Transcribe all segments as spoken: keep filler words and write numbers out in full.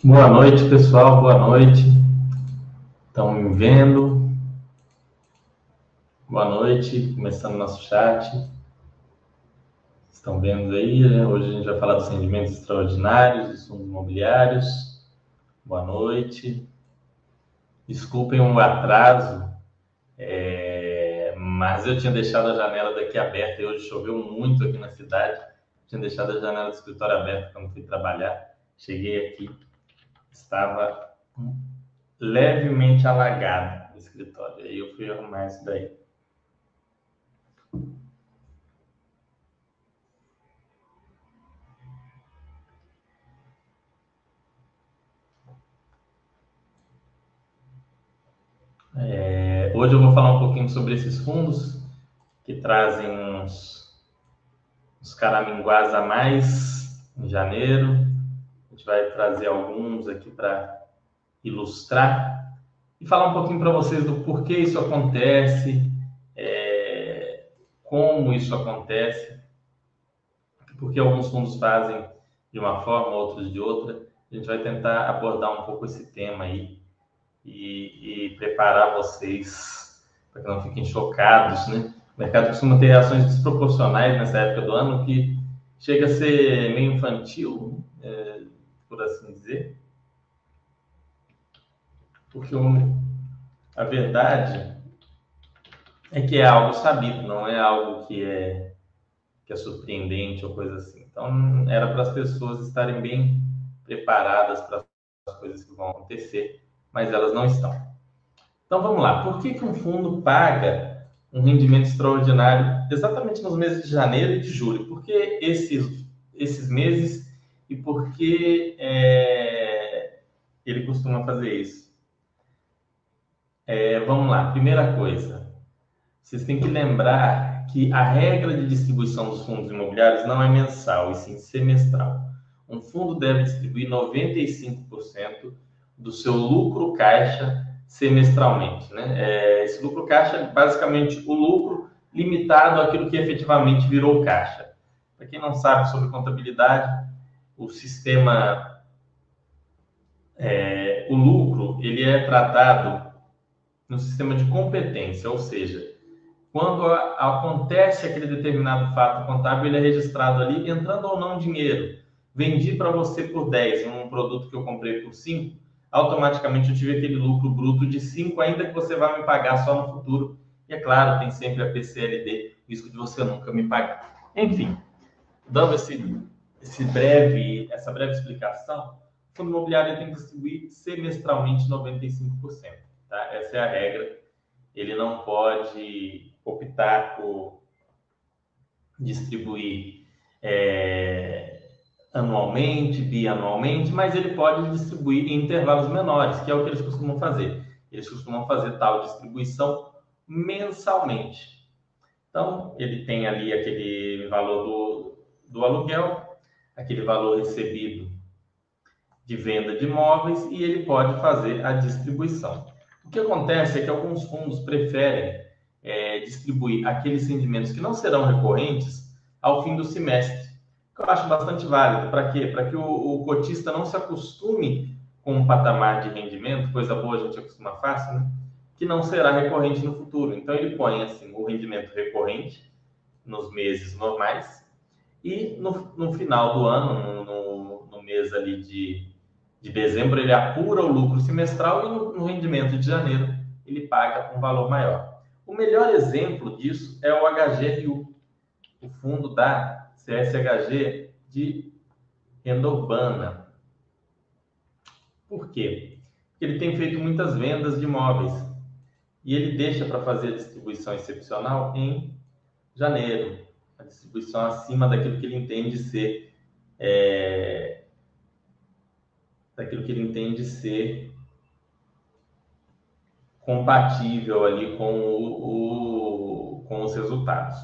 Boa noite, pessoal. Boa noite. Estão me vendo? Boa noite. Começando nosso chat. Estão vendo aí, né? Hoje a gente vai falar dos rendimentos extraordinários, dos fundos imobiliários. Boa noite. Desculpem o atraso, é... mas eu tinha deixado a janela daqui aberta e hoje choveu muito aqui na cidade. Tinha deixado a janela do escritório aberta quando fui trabalhar. Cheguei aqui, estava levemente alagado o escritório. Aí eu fui arrumar isso daí. É, hoje eu vou falar um pouquinho sobre esses fundos que trazem uns, uns caraminguás a mais em janeiro. A gente vai trazer alguns aqui para ilustrar e falar um pouquinho para vocês do porquê isso acontece, é, como isso acontece, porque alguns fundos fazem de uma forma, outros de outra. A gente vai tentar abordar um pouco esse tema aí e, e preparar vocês para que não fiquem chocados, né? O mercado costuma ter reações desproporcionais nessa época do ano que chega a ser meio infantil, é, por assim dizer, porque o, a verdade é que é algo sabido, não é algo que é que é surpreendente ou coisa assim. Então, era para as pessoas estarem bem preparadas para as coisas que vão acontecer, mas elas não estão. Então vamos lá, por que, que um fundo paga um rendimento extraordinário exatamente nos meses de janeiro e de julho? Por que esses, esses meses e por que é, ele costuma fazer isso? É, vamos lá, primeira coisa, vocês têm que lembrar que a regra de distribuição dos fundos imobiliários não é mensal, e sim semestral. Um fundo deve distribuir noventa e cinco por cento do seu lucro caixa semestralmente, né? É, esse lucro caixa é basicamente o lucro limitado àquilo que efetivamente virou caixa. Para quem não sabe sobre contabilidade, o sistema, é, o lucro, ele é tratado no sistema de competência, ou seja, quando acontece aquele determinado fato contábil, ele é registrado ali, entrando ou não dinheiro. Vendi para você por dez um produto que eu comprei por cinco, automaticamente eu tive aquele lucro bruto de cinco, ainda que você vá me pagar só no futuro. E é claro, tem sempre a P C L D, risco de você nunca me pagar. Enfim, dando esse, esse breve, essa breve explicação, o fundo imobiliário tem que distribuir semestralmente noventa e cinco por cento. Tá? Essa é a regra. Ele não pode optar por distribuir é, anualmente, bianualmente, mas ele pode distribuir em intervalos menores, que é o que eles costumam fazer. Eles costumam fazer tal distribuição mensalmente. Então, ele tem ali aquele valor do, do aluguel, aquele valor recebido de venda de imóveis e ele pode fazer a distribuição. O que acontece é que alguns fundos preferem é, distribuir aqueles rendimentos que não serão recorrentes ao fim do semestre, que eu acho bastante válido. Para quê? Para que o, o cotista não se acostume com um patamar de rendimento, coisa boa a gente acostuma fácil, né? Que não será recorrente no futuro. Então ele põe assim o rendimento recorrente nos meses normais e no, no final do ano, no, no, no mês ali de de dezembro, ele apura o lucro semestral e no, no rendimento de janeiro ele paga um valor maior. O melhor exemplo disso é o H G R U, o fundo da C S H G de renda urbana. Por quê? Porque ele tem feito muitas vendas de imóveis e ele deixa para fazer a distribuição excepcional em janeiro, a distribuição acima daquilo que ele entende ser é, daquilo que ele entende ser compatível ali com, o, o, com os resultados.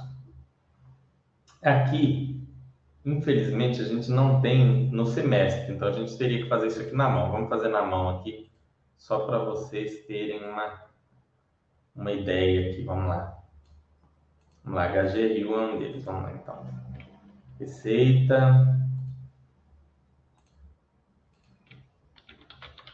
Aqui, infelizmente, a gente não tem no semestre, então a gente teria que fazer isso aqui na mão. Vamos fazer na mão aqui, só para vocês terem uma, uma ideia aqui. Vamos lá. Vamos lá, H G R U é um deles. Vamos lá, então. Receita.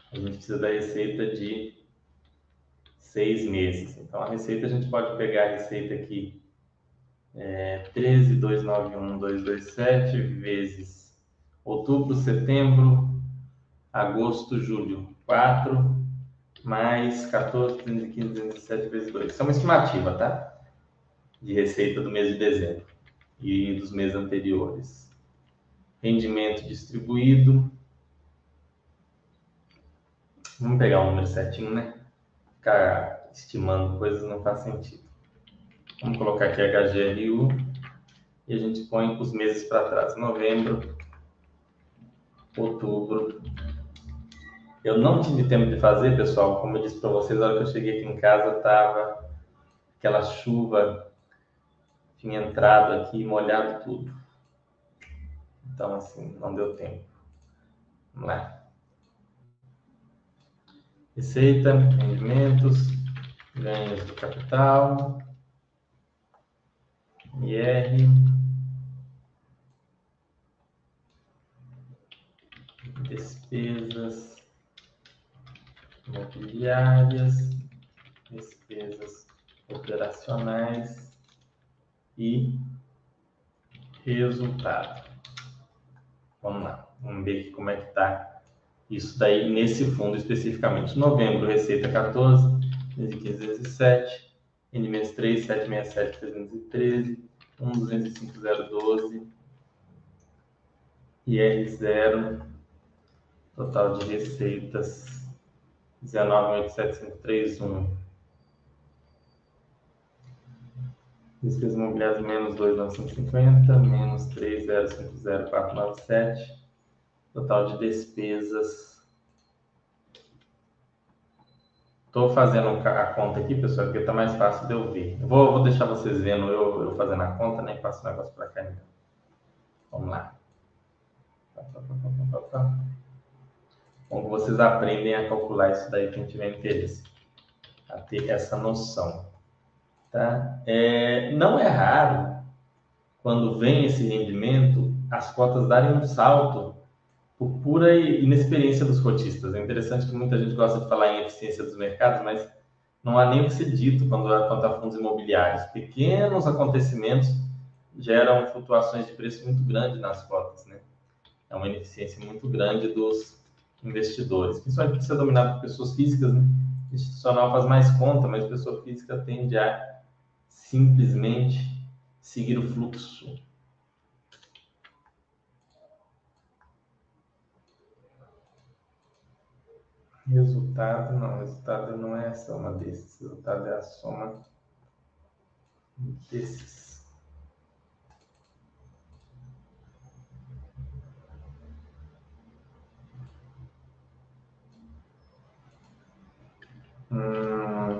a gente precisa da receita de seis meses. Então, a receita, a gente pode pegar a receita aqui, é, treze mil duzentos e noventa e um mil duzentos e vinte e sete vezes outubro, setembro, agosto, julho, quatro, mais quatorze, trezentos e quinze, duzentos e sete vezes dois. Isso é uma estimativa, tá? De receita do mês de dezembro e dos meses anteriores. Rendimento distribuído. Vamos pegar o número certinho, né? Ficar estimando coisas não faz sentido. Vamos colocar aqui H G R U e a gente põe os meses para trás. Novembro, outubro. Eu não tive tempo de fazer, pessoal. Como eu disse para vocês, na hora que eu cheguei aqui em casa, tava aquela chuva, tinha entrado aqui e molhado tudo. Então, assim, não deu tempo. Vamos lá. Receita, rendimentos, ganhos do capital, I R, despesas imobiliárias, despesas operacionais e resultado. Vamos lá, vamos ver aqui como é que está isso daí nesse fundo especificamente. Novembro, receita quatorze, duzentos e quinze, duzentos e sete, rendimentos três, setecentos e sessenta e sete, trezentos e treze, um, duzentos e cinco, zero, doze, I R zero, total de receitas dezenove mil setecentos e trinta e um. Despesas imobiliárias menos dois mil novecentos e cinquenta, menos três mil cinquenta quatrocentos e noventa e sete. Total de despesas. Estou fazendo a conta aqui, pessoal, porque está mais fácil de eu ver. Eu vou, vou deixar vocês vendo eu, eu fazendo a conta, nem né? Passo o negócio para cá ainda. Vamos lá. Bom, vocês aprendem a calcular isso daí, quem tiver interesse, a ter essa noção. Tá? É, não é raro, quando vem esse rendimento, as cotas darem um salto por pura inexperiência dos cotistas. É interessante que muita gente gosta de falar em eficiência dos mercados, mas não há nem o que ser dito quando há fundos imobiliários. Pequenos acontecimentos geram flutuações de preço muito grandes nas cotas, né? É uma ineficiência muito grande dos investidores. Principalmente porque isso é dominado por pessoas físicas, né? O institucional faz mais conta, mas a pessoa física tende a simplesmente seguir o fluxo. Resultado, não, resultado não é a soma desses, resultado é a soma desses. Hum...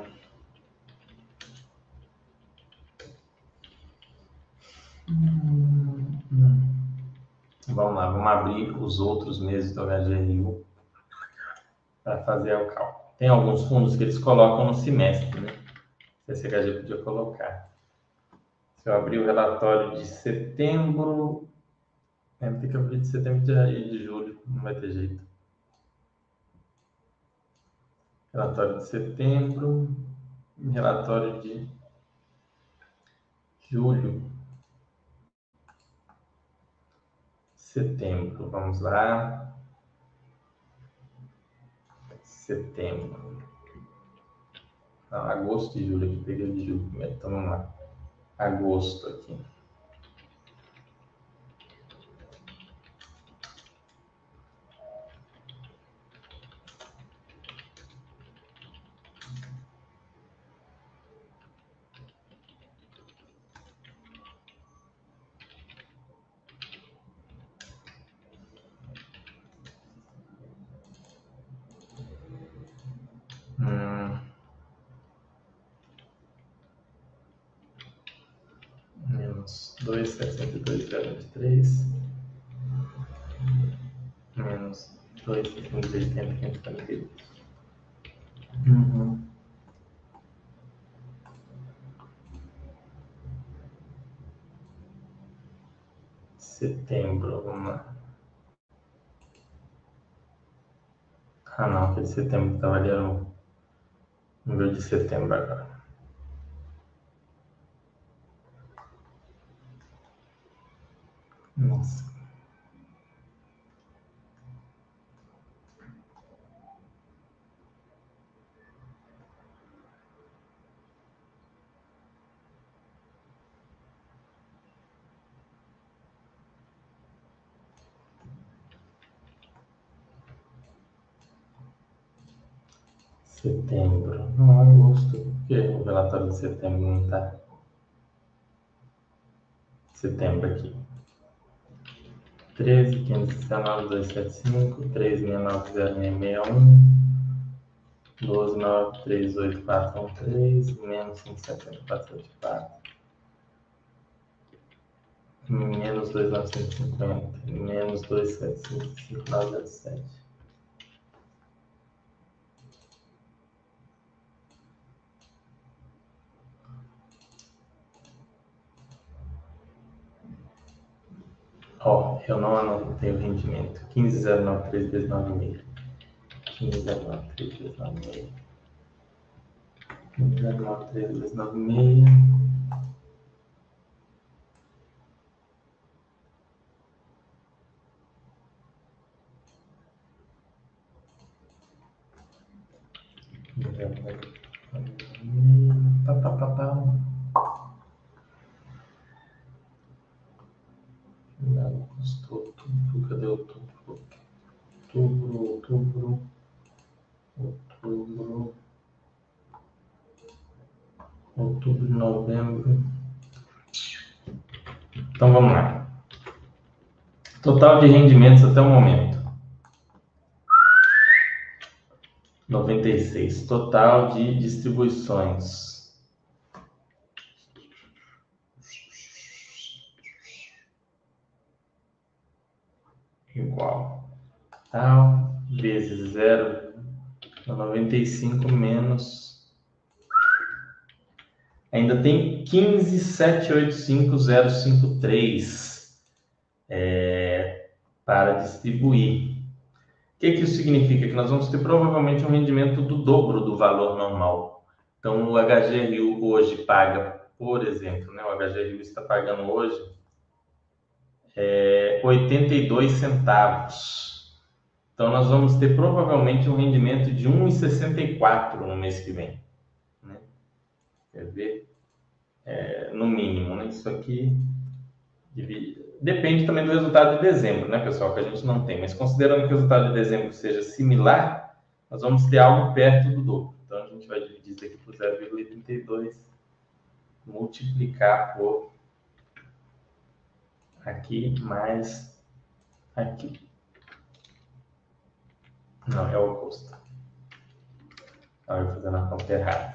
Hum, hum. Vamos lá, vamos abrir os outros meses do H G R U para fazer o cálculo. Tem alguns fundos que eles colocam no semestre, né? Se a C H G podia colocar. Se eu abrir o relatório de setembro, é, tem que abrir de setembro e de julho, não vai ter jeito. Relatório de setembro, relatório de julho. Setembro, vamos lá. Setembro. Não, agosto e julho aqui, peguei de julho primeiro, então vamos lá. Agosto aqui. Hum. Menos dois, setecentos e dois, zero vinte e três. Menos dois, setecentos e oitenta, quinhentos e quarenta e dois. Uhum. Setembro, vamos lá. Ah, não, aquele setembro estava ali era o número de setembro agora. Nossa. Setembro. Não, agosto. Por que o relatório de setembro não está? Setembro aqui. treze, quinze, dezenove, dois, sete, cinco, três, seis, nove, zero, seis, seis, um, doze, nove, três, oito, quatro, um, três, menos cinco, sete, quatro, sete, quatro, menos dois, novecentos e cinquenta, menos dois, sete, cinco, cinco, nove, zero, sete. Ó, eu não anotei o rendimento. quinze, zero, nove, três, três, nove, seis. quinze, zero, nove, três, três, nove, seis. quinze, zero, nove, três, três, nove, seis. Pá, pá, pá, pá. Não, custou outubro. Cadê outubro? Outubro, outubro. Outubro. Outubro, novembro. Então vamos lá. Total de rendimentos até o momento. noventa e seis. Total de distribuições. Igual. Tal vezes zero. noventa e cinco menos. Ainda tem quinze, sete, oito, cinco, zero, cinco, três é, para distribuir. O que, que isso significa? Que nós vamos ter provavelmente um rendimento do dobro do valor normal. Então, o H G R U hoje paga, por exemplo, né, o H G R U está pagando hoje é, oitenta e dois centavos. Então, nós vamos ter provavelmente um rendimento de um real e sessenta e quatro no mês que vem. Né? Quer ver? É, no mínimo, né? Isso aqui depende também do resultado de dezembro, né, pessoal? Que a gente não tem. Mas considerando que o resultado de dezembro seja similar, nós vamos ter algo perto do dobro. Então, a gente vai dividir isso aqui por zero vírgula oitenta e dois, multiplicar por aqui mais aqui. Não, é o oposto. Estava fazendo a conta errada.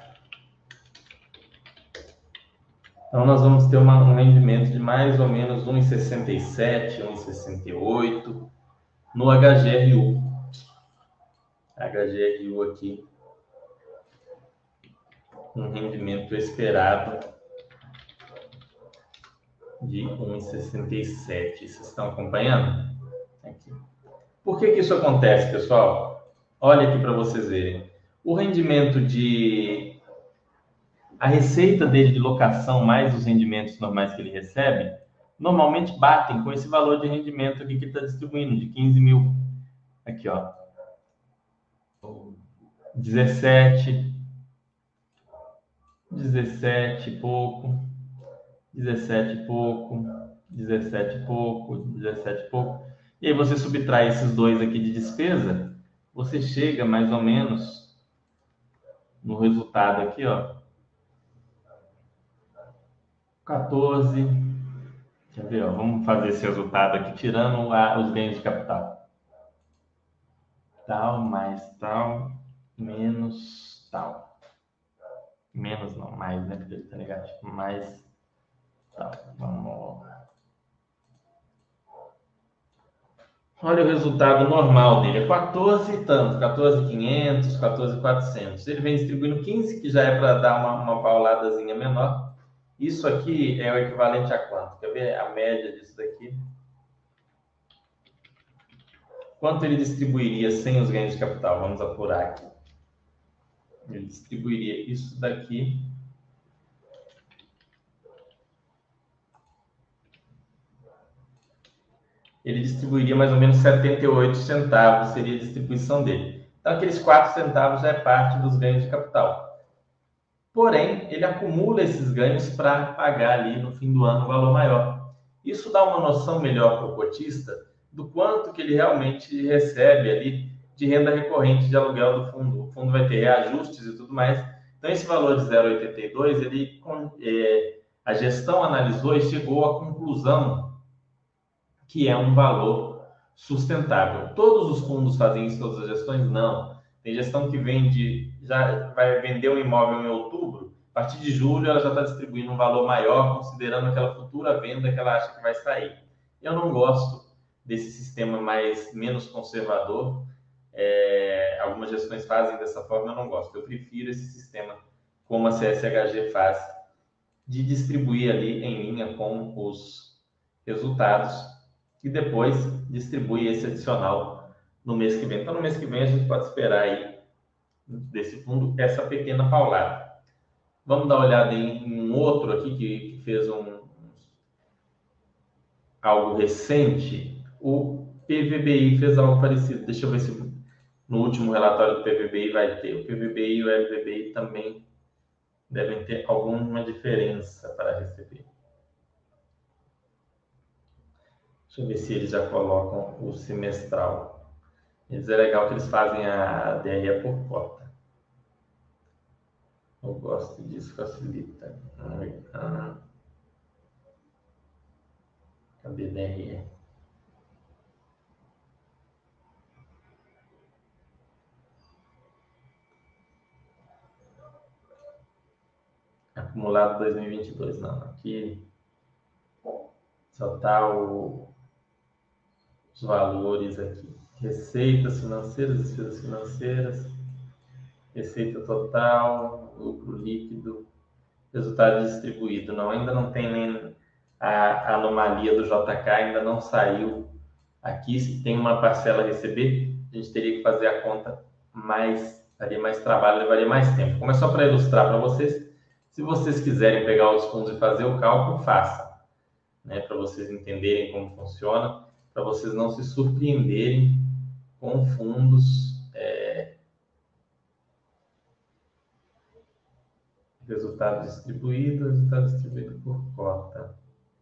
Então, nós vamos ter uma, um rendimento de mais ou menos um real e sessenta e sete, um real e sessenta e oito no H G R U. H G R U aqui, um rendimento esperado de um real e sessenta e sete. Vocês estão acompanhando? Aqui. Por que que isso acontece, pessoal? Olha aqui para vocês verem. O rendimento de... A receita dele de locação mais os rendimentos normais que ele recebe, normalmente batem com esse valor de rendimento aqui que ele está distribuindo, de quinze mil. Aqui, ó. dezessete. dezessete e pouco. dezessete e pouco. dezessete e pouco. dezessete e pouco. E aí você subtrai esses dois aqui de despesa, você chega mais ou menos no resultado aqui, ó. quatorze. Quer ver, ó? Vamos fazer esse resultado aqui, tirando a, os ganhos de capital. Tal mais tal, menos tal. Menos não, mais, né? Porque ele tá negativo. Mais tal. Vamos. Olha o resultado normal dele. É quatorze e tanto. quatorze mil e quinhentos, quatorze mil e quatrocentos. Ele vem distribuindo quinze, que já é para dar uma, uma pauladazinha menor. Isso aqui é o equivalente a quanto? Quer ver a média disso daqui? quanto ele distribuiria sem os ganhos de capital? Vamos apurar aqui. Ele distribuiria isso daqui. Ele distribuiria mais ou menos setenta e oito centavos, seria a distribuição dele. Então, aqueles quatro centavos já é parte dos ganhos de capital. Porém, ele acumula esses ganhos para pagar ali no fim do ano um valor maior. Isso dá uma noção melhor para o cotista do quanto que ele realmente recebe ali de renda recorrente de aluguel do fundo. O fundo vai ter reajustes e tudo mais. Então, esse valor de zero vírgula oitenta e dois, ele, é, a gestão analisou e chegou à conclusão que é um valor sustentável. Todos os fundos fazem isso, todas as gestões? Não. Tem gestão que vende, já vai vender um imóvel em outubro, a partir de julho ela já está distribuindo um valor maior, considerando aquela futura venda que ela acha que vai sair. Eu não gosto desse sistema mais menos conservador. É, algumas gestões fazem dessa forma, eu não gosto. Eu prefiro esse sistema, como a C S H G faz, de distribuir ali em linha com os resultados e depois distribui esse adicional no mês que vem. Então, no mês que vem, a gente pode esperar aí desse fundo essa pequena paulada. Vamos dar uma olhada em um outro aqui que, que fez um, algo recente. O P V B I fez algo parecido. Deixa eu ver se no último relatório do P V B I vai ter. O P V B I e o L V B I também devem ter alguma diferença para receber. Deixa eu ver se eles já colocam o semestral. Eles é legal que eles fazem a D R E por cota. Eu gosto disso, facilita. Ah, cadê D R E? Acumulado dois mil e vinte e dois, não. Aqui só está o, os valores aqui. Receitas financeiras, despesas financeiras, receita total, lucro líquido, resultado distribuído. Não, ainda não tem nem a anomalia do J K, ainda não saiu aqui. Se tem uma parcela a receber, a gente teria que fazer a conta mais, daria mais trabalho, levaria mais tempo. Como é só para ilustrar para vocês, se vocês quiserem pegar os fundos e fazer o cálculo, façam, né, para vocês entenderem como funciona, para vocês não se surpreenderem com fundos é, resultado distribuído, resultado distribuído por cota.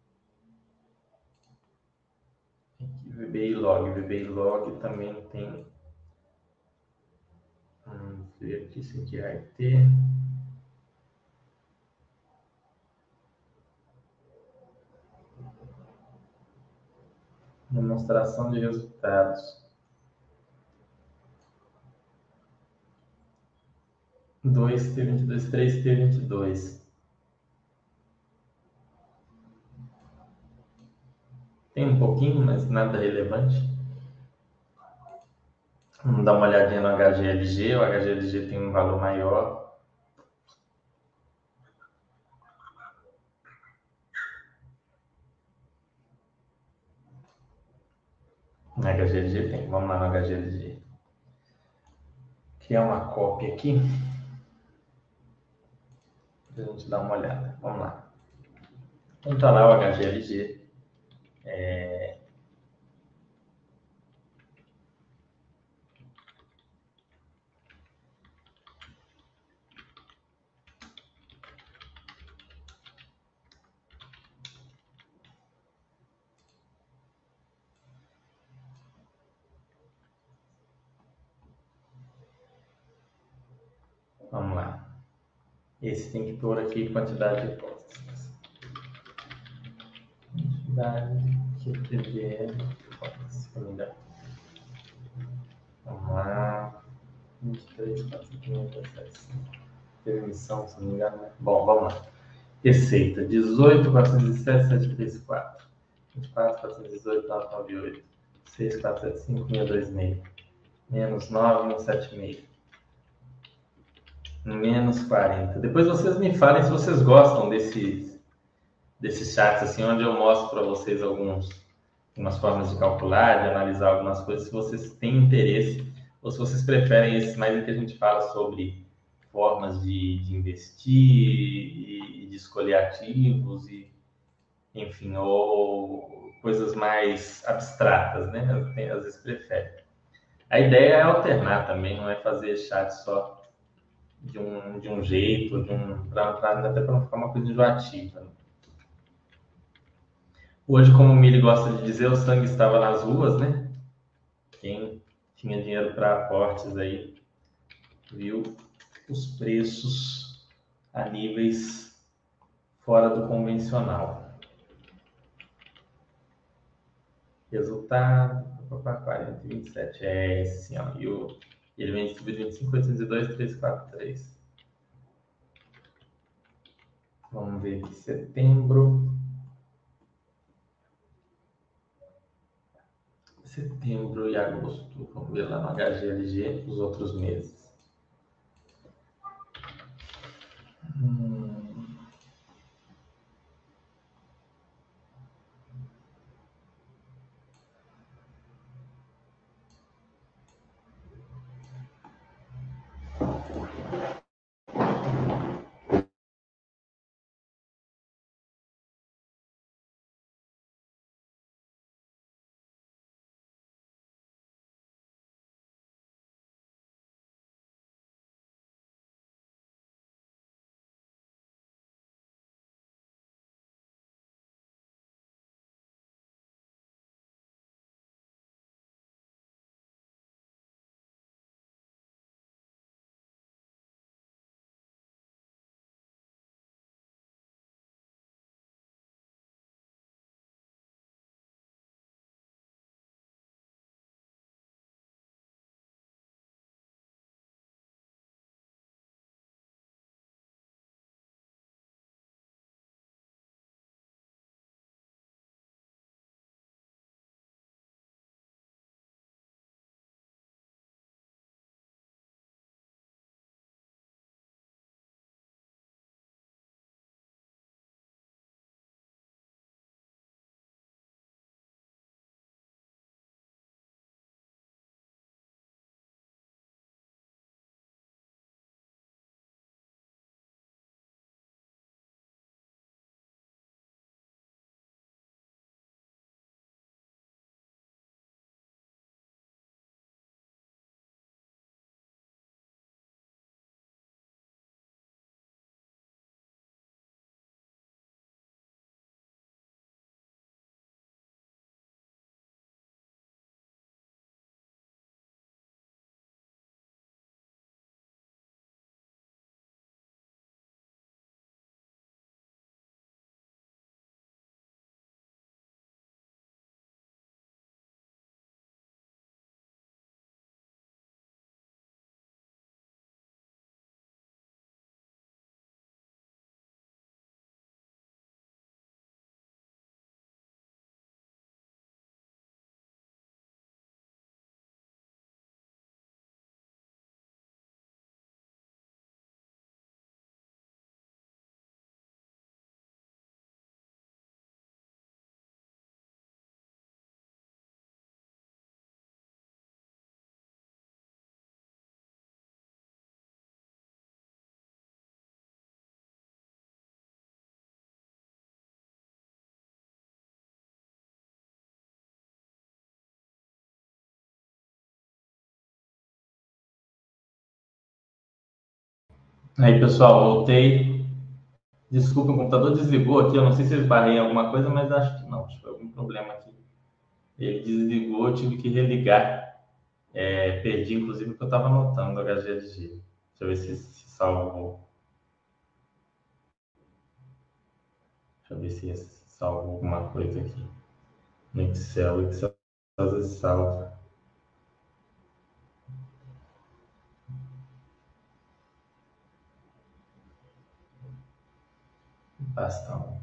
Aqui, V B I Log, V B I Log também tem, vamos ver aqui se aqui vai ter. Demonstração de resultados. dois T vinte e dois, três T vinte e dois. Tem um pouquinho, mas nada relevante. Vamos dar uma olhadinha no H G L G. O H G L G tem um valor maior. No H G L G tem. Vamos lá no H G L G. Criar uma cópia aqui. Para a gente dar uma olhada. Vamos lá. Então tá lá o H G L G. É... Vamos lá. Esse tem que pôr aqui quantidade de postas. Quantidade de T B L postas. Vamos lá. vinte e três, quatrocentos e cinquenta e sete. Teve emissão, se não me engano, né? Bom, vamos lá. Receita: dezoito, quatrocentos e sete, setecentos e trinta e quatro. vinte e quatro, quatrocentos e dezoito, novecentos e noventa e oito. seis, quatrocentos e setenta e cinco, seiscentos e vinte e seis. Menos nove, menos sete vírgula cinco. Menos quarenta. Depois vocês me falem se vocês gostam desses, desses chats, assim, onde eu mostro para vocês alguns, umas formas de calcular, de analisar algumas coisas, se vocês têm interesse, ou se vocês preferem esses mais em que a gente fala sobre formas de, de investir e, e de escolher ativos, e, enfim, ou coisas mais abstratas, né? Tem, às vezes prefere. A ideia é alternar também, não é fazer chat só de um, de um jeito, de um, pra, pra, até para não ficar uma coisa enjoativa. Né? Hoje, como o Mili gosta de dizer, o sangue estava nas ruas, né? Quem tinha dinheiro para aportes aí viu os preços a níveis fora do convencional. Resultado, quarenta e vinte e sete, é esse, ó, e o, ele vem distribuído vinte e cinco, oitocentos e dois, trezentos e quarenta e três. Vamos ver aqui, setembro. Setembro e agosto. Vamos ver lá no H G L G os outros meses. Hum. Aí, pessoal, voltei. Desculpa, o computador desligou aqui. Eu não sei se eu esbarrei em alguma coisa, mas acho que não. Acho que foi algum problema aqui. Ele desligou, eu tive que religar. É, perdi, inclusive, porque eu estava anotando o H G L G. Deixa eu ver se, se salvou. Deixa eu ver se salvou alguma coisa aqui. No Excel, o Excel às vezes salva. Bastão.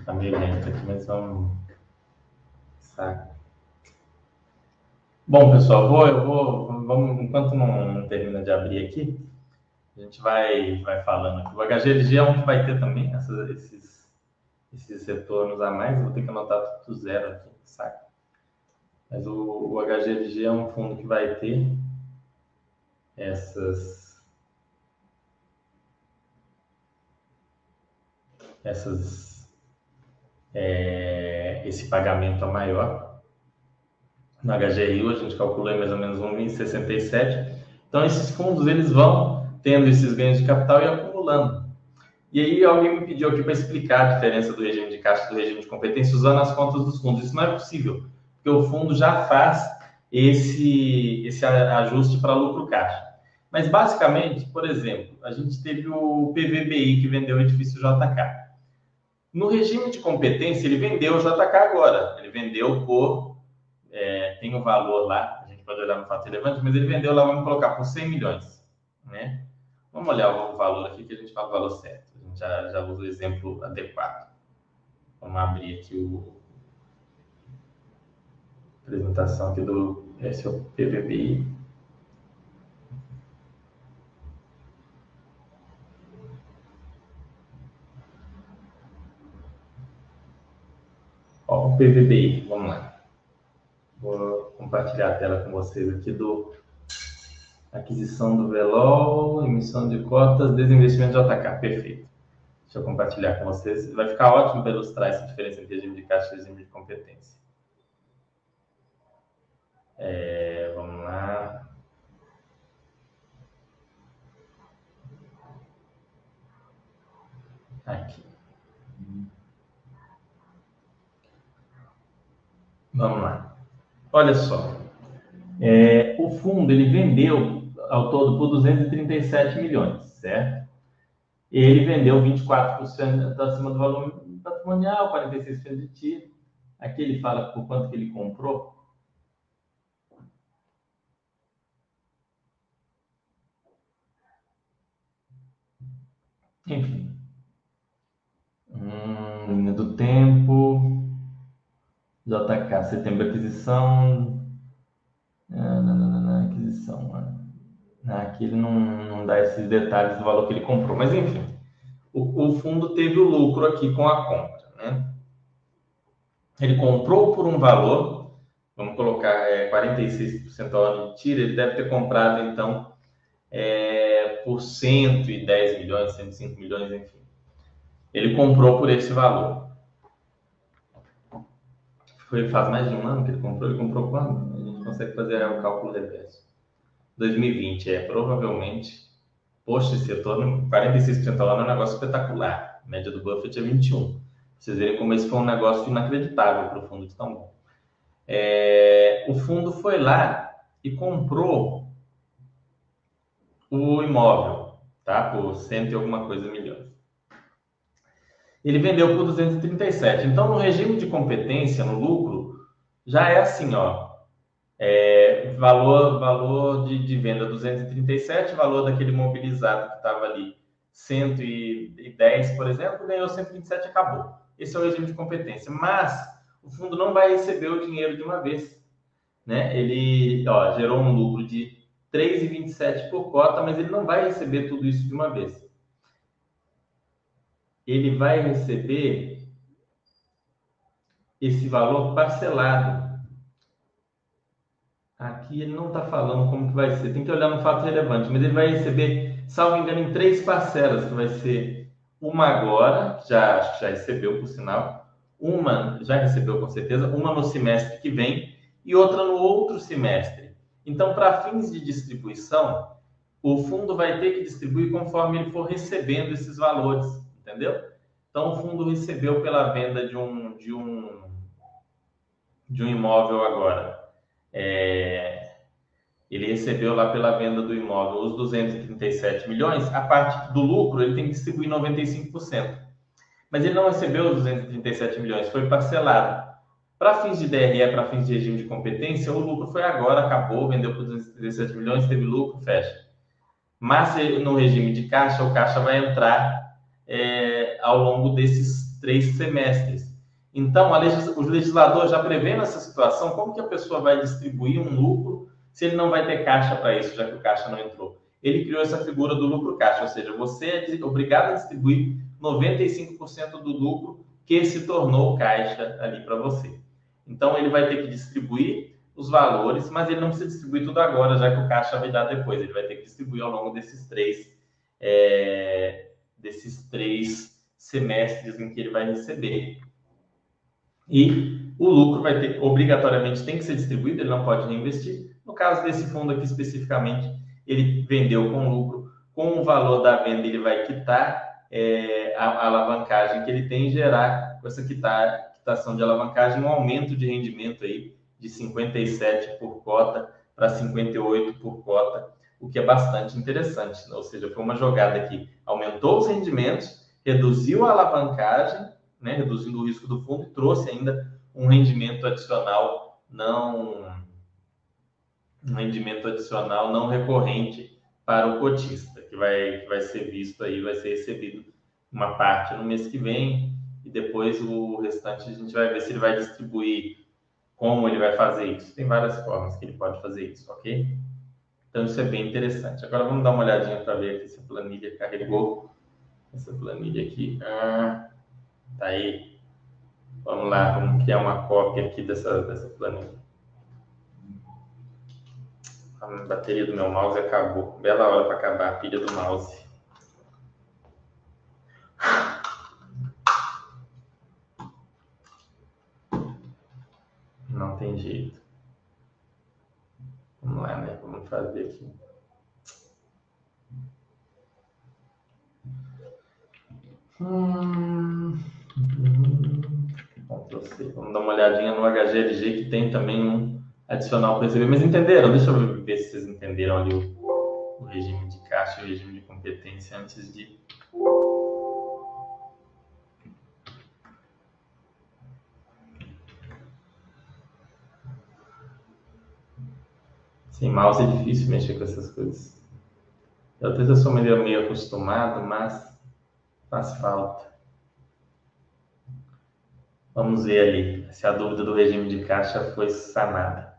Tá meio lento aqui, mas vamos... Saca. Bom, pessoal, vou, eu vou... Vamos, enquanto não, não termina de abrir aqui, a gente vai, vai falando aqui. O H G L G é um que vai ter também essas, esses, esses retornos a mais. Eu vou ter que anotar tudo zero aqui, saca? Mas o, o H G L G é um fundo que vai ter essas... essas é, esse pagamento a maior. No H G R U a gente calculou em mais ou menos um vírgula sessenta e sete. Então esses fundos eles vão tendo esses ganhos de capital e acumulando. E aí alguém me pediu aqui para explicar a diferença do regime de caixa e do regime de competência usando as contas dos fundos. Isso não é possível, porque o fundo já faz esse, esse ajuste para lucro caixa. Mas basicamente, por exemplo, a gente teve o P V B I que vendeu o edifício J K. No regime de competência, ele vendeu o J K agora. Ele vendeu por... É, tem o um valor lá, a gente pode olhar no fato relevante, mas ele vendeu lá, vamos colocar por cem milhões. Né? Vamos olhar o valor aqui, que a gente fala o valor certo. A gente já, já usa o exemplo adequado. Vamos abrir aqui o... a apresentação aqui do... Esse é o P V B I. Ó, o P V B I, vamos lá. Vou compartilhar a tela com vocês aqui do aquisição do Velol, emissão de cotas, desinvestimento de J K. Perfeito. Deixa eu compartilhar com vocês. Vai ficar ótimo para ilustrar essa diferença entre regime de caixa e regime de competência. É, vamos lá. Aqui. Vamos lá. Olha só. É, o fundo ele vendeu ao todo por duzentos e trinta e sete milhões, certo? Ele vendeu vinte e quatro por cento acima do valor patrimonial, quarenta e seis por cento de tiro. Aqui ele fala por quanto que ele comprou. Enfim. Hum, linha do tempo. J K, setembro, aquisição. Ah, não, não, não, não, aquisição. Ah, aqui ele não, não dá esses detalhes do valor que ele comprou. Mas, enfim, o, o fundo teve o lucro aqui com a compra. Né? Ele comprou por um valor, vamos colocar é, quarenta e seis por cento ao ano de tira, ele deve ter comprado, então, é, por cento e dez milhões, cento e cinco milhões, enfim. Ele comprou por esse valor. Foi faz mais de um ano que ele comprou. Ele comprou quando? A gente consegue fazer o cálculo reverso. dois mil e vinte, é provavelmente. Poxa, esse retorno, quarenta e seis por cento ao ano é um negócio espetacular. A média do Buffett é vinte e um. Pra vocês verem como esse foi um negócio inacreditável para o fundo de tão bom. É, o fundo foi lá e comprou o imóvel, tá? Por cento e alguma coisa milhões. Ele vendeu por duzentos e trinta e sete. Então, no regime de competência, no lucro, já é assim, ó. É, valor valor de, de venda duzentos e trinta e sete, valor daquele imobilizado que estava ali cento e dez, por exemplo, ganhou cento e vinte e sete e acabou. Esse é o regime de competência. Mas o fundo não vai receber o dinheiro de uma vez. Né? Ele ó, gerou um lucro de três vírgula vinte e sete por cota, mas ele não vai receber tudo isso de uma vez. Ele vai receber esse valor parcelado. Aqui ele não está falando como que vai ser. Tem que olhar no fato relevante, mas ele vai receber, salvo engano, em três parcelas, que vai ser uma agora, que já, já recebeu, por sinal, uma já recebeu com certeza, uma no semestre que vem e outra no outro semestre. Então, para fins de distribuição, o fundo vai ter que distribuir conforme ele for recebendo esses valores, entendeu? Então, o fundo recebeu pela venda de um, de um, de um imóvel agora. É, ele recebeu lá pela venda do imóvel os duzentos e trinta e sete milhões, a parte do lucro ele tem que distribuir noventa e cinco por cento. Mas ele não recebeu os duzentos e trinta e sete milhões, foi parcelado. Para fins de D R E, para fins de regime de competência, o lucro foi agora, acabou, vendeu por duzentos e trinta e sete milhões, teve lucro, fecha. Mas no regime de caixa, o caixa vai entrar é, ao longo desses nesses três semestres. Então, a legis... o legislador já prevendo essa situação, como que a pessoa vai distribuir um lucro se ele não vai ter caixa para isso, já que o caixa não entrou? Ele criou essa figura do lucro caixa, ou seja, você é obrigado a distribuir noventa e cinco por cento do lucro que se tornou caixa ali para você. Então, ele vai ter que distribuir os valores, mas ele não precisa distribuir tudo agora, já que o caixa vai dar depois. Ele vai ter que distribuir ao longo desses três, é, desses três semestres em que ele vai receber. E o lucro vai ter, obrigatoriamente, tem que ser distribuído, ele não pode reinvestir. No caso desse fundo aqui especificamente, ele vendeu com lucro, com o valor da venda ele vai quitar é, a, a alavancagem que ele tem e gerar, com essa quitar, quitação de alavancagem, um aumento de rendimento aí de cinquenta e sete por cota para cinquenta e oito por cota, o que é bastante interessante. Ou seja, foi uma jogada que aumentou os rendimentos, reduziu a alavancagem, né, reduzindo o risco do fundo e trouxe ainda um rendimento adicional não um rendimento adicional não recorrente para o cotista, que vai, que vai ser visto aí, vai ser recebido uma parte no mês que vem e depois o restante a gente vai ver se ele vai distribuir, como ele vai fazer isso. Tem várias formas que ele pode fazer isso, ok? Então isso é bem interessante. Agora vamos dar uma olhadinha para ver aqui se a planilha carregou. Essa planilha aqui, ah, tá aí. Vamos lá, vamos criar uma cópia aqui dessa, dessa planilha. A bateria do meu mouse acabou. Bela hora para acabar a pilha do mouse. Não tem jeito. Vamos lá, né? Vamos fazer aqui. Hum... Ctrl C. Vamos dar uma olhadinha no H G L G, que tem também um adicional para receber. Mas entenderam? Deixa eu ver se vocês entenderam ali o, o regime de caixa e o regime de competência antes de... Sem mouse é difícil mexer com essas coisas. Eu até sou meio, meio acostumado, mas faz falta. Vamos ver ali se a dúvida do regime de caixa foi sanada.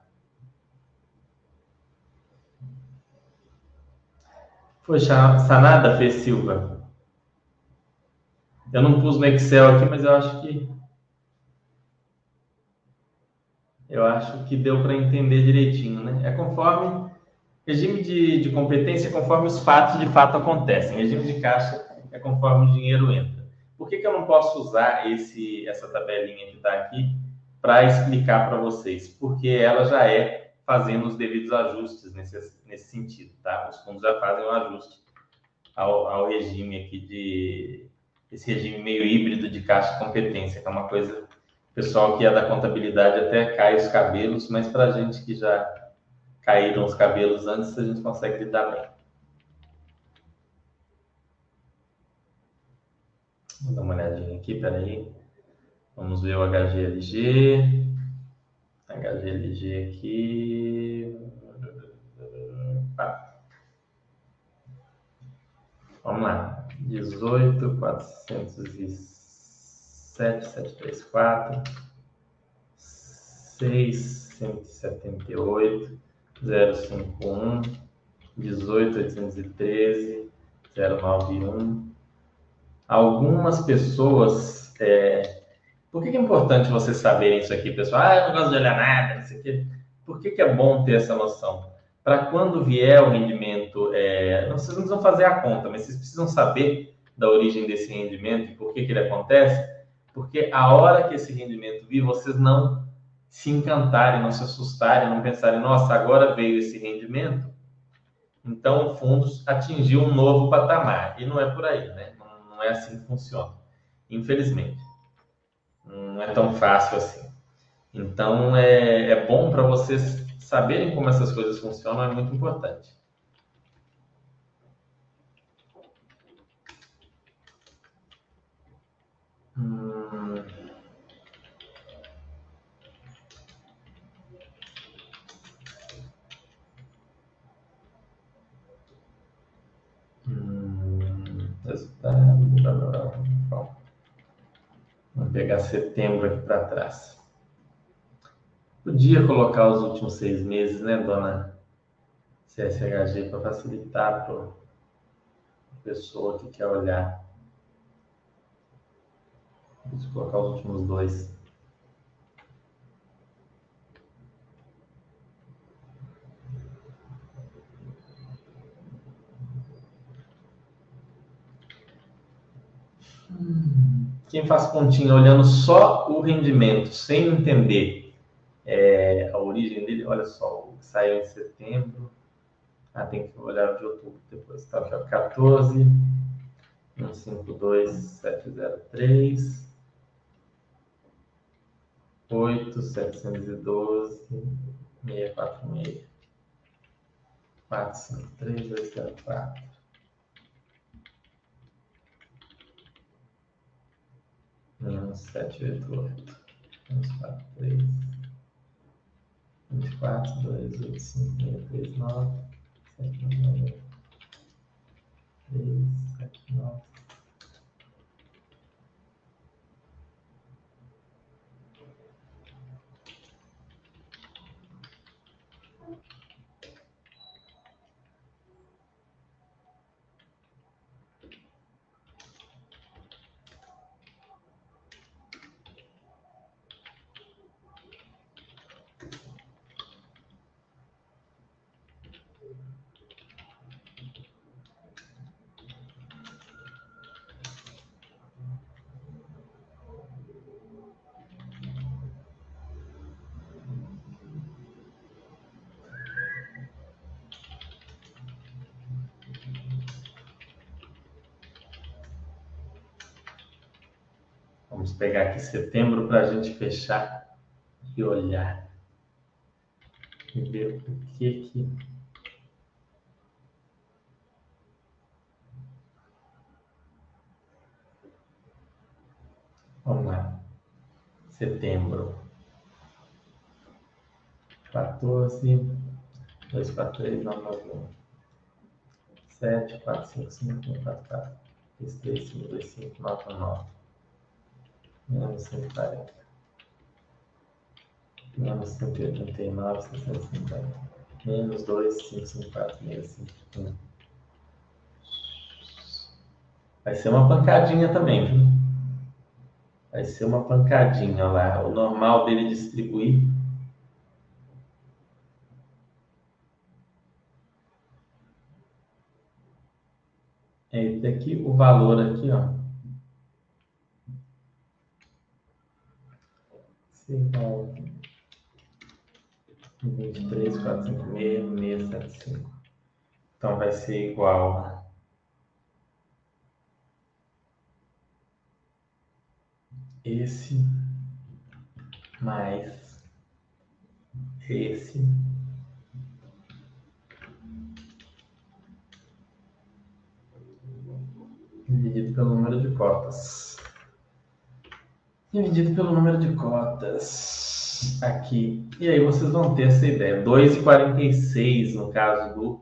Foi sanada, Fê Silva? Eu não pus no Excel aqui, mas eu acho que eu acho que deu para entender direitinho, né? É conforme regime de, de competência, é conforme os fatos de fato acontecem. Regime de caixa é conforme o dinheiro entra. Por que que eu não posso usar esse, essa tabelinha que está aqui para explicar para vocês? Porque ela já é fazendo os devidos ajustes nesse, nesse sentido, tá? Os fundos já fazem o ajuste ao, ao regime aqui de... esse regime meio híbrido de caixa de competência, que é uma coisa... O pessoal que é da contabilidade até cai os cabelos, mas para a gente que já caíram os cabelos antes, a gente consegue lidar bem. Vou dar uma olhadinha aqui, peraí. Vamos ver o H G L G. H G L G aqui. Ah. Vamos lá. dezoito, quatrocentos e sete, setecentos e trinta e quatro, seiscentos e setenta e oito, zero cinquenta e um, dezoito, oitocentos e treze, zero noventa e um. Algumas pessoas... É... Por que é importante vocês saberem isso aqui, pessoal? Ah, eu não gosto de olhar nada, não sei o quê. Por que, que é bom ter essa noção? Para quando vier o rendimento... É... Vocês não precisam fazer a conta, mas vocês precisam saber da origem desse rendimento e por que, que ele acontece, porque a hora que esse rendimento vir, vocês não se encantarem, não se assustarem, não pensarem, nossa, agora veio esse rendimento, então o fundo atingiu um novo patamar. E não é por aí, né? Não é assim que funciona, infelizmente. Não é tão fácil assim. Então, é, é bom para vocês saberem como essas coisas funcionam, é muito importante. Hum... Hum... Resultado... Bom. Vamos pegar setembro aqui para trás. Podia colocar os últimos seis meses, né, dona C S H G, para facilitar para a pessoa que quer olhar. Vou colocar os últimos dois. Quem faz continha olhando só o rendimento, sem entender é, a origem dele, olha só, saiu em setembro. Ah, tem que olhar de outubro depois. Tá aqui, ó, quatorze, um cinco dois, sete zero três, oito, setecentos e doze, seiscentos e quarenta e seis, quatrocentos e cinquenta e três, dois zero quatro. Menos sete oito oito, menos quatro três, vinte e quatro, dois oito cinco, seis três nove, sete nove três, sete nove. Vamos pegar aqui setembro para a gente fechar e olhar e ver o que que... Vamos lá. Setembro. quatorze, dois quatro três, nove nove um. sete, quatro cinco cinco, um quatro quatro, três três, cinco dois cinco, nove nove. Menos cento e quarenta. Menos cento e oitenta e nove, seiscentos e cinquenta. Menos dois, cinco cinco quatro, seis cinco um. Vai ser uma pancadinha também, viu? Vai ser uma pancadinha lá. O normal dele distribuir. É esse daqui, o valor aqui, ó. vinte e três, quatrocentos e cinquenta e seis, seiscentos e setenta e cinco. Então vai ser igual esse mais esse dividido pelo número de cotas. Dividido pelo número de cotas aqui. E aí vocês vão ter essa ideia. dois vírgula quarenta e seis no caso do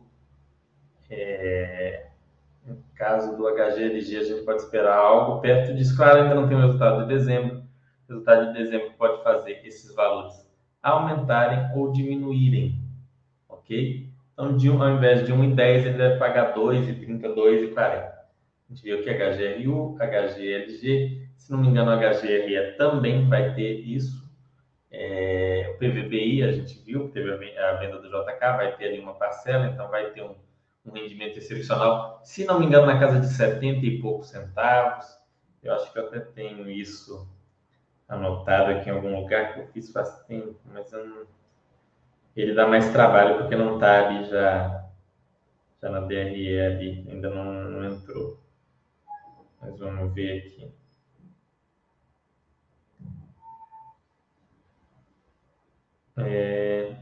é, no caso do H G L G, a gente pode esperar algo perto disso. Claro, ainda não tem o resultado de dezembro. O resultado de dezembro pode fazer esses valores aumentarem ou diminuírem, ok? Então, de um, ao invés de um vírgula dez, ele deve pagar dois vírgula trinta, dois vírgula quarenta. A gente viu que H G R U, H G L G, se não me engano, H G R E também vai ter isso. É, o P V B I, a gente viu, teve a venda do J K, vai ter ali uma parcela, então vai ter um, um rendimento excepcional, se não me engano, na casa de setenta e poucos centavos. Eu acho que eu até tenho isso anotado aqui em algum lugar, que eu fiz faz tempo, mas eu não... ele dá mais trabalho, porque não está ali já, já na D R E ali, ainda não, não entrou. Mas vamos ver aqui. É,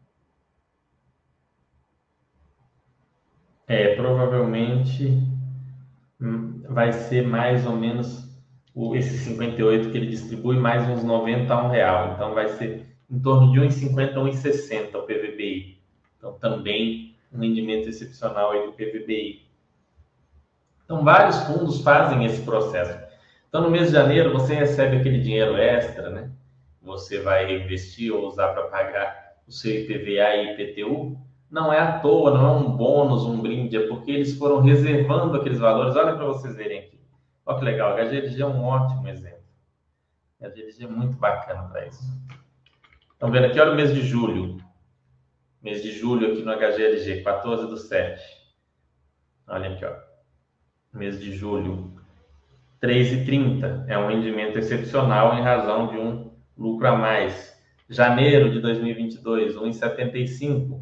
é provavelmente hum, vai ser mais ou menos o, esse cinquenta e oito que ele distribui, mais uns noventa a um real. Então vai ser em torno de um vírgula cinquenta a um vírgula sessenta o P V B I. Então também um rendimento excepcional aí do P V B I. Então vários fundos fazem esse processo. Então, no mês de janeiro, você recebe aquele dinheiro extra, né? Você vai investir ou usar para pagar o seu I P V A e I P T U. Não é à toa, não é um bônus, um brinde, é porque eles foram reservando aqueles valores. Olha para vocês verem aqui. Olha que legal, o H G L G é um ótimo exemplo. O H G L G é muito bacana para isso. Estão vendo aqui, olha o mês de julho. Mês de julho aqui no H G L G, quatorze do sete. Olha aqui, ó. Mês de julho, três e trinta. É um rendimento excepcional em razão de um lucro a mais. Janeiro de dois mil e vinte e dois, um e setenta e cinco.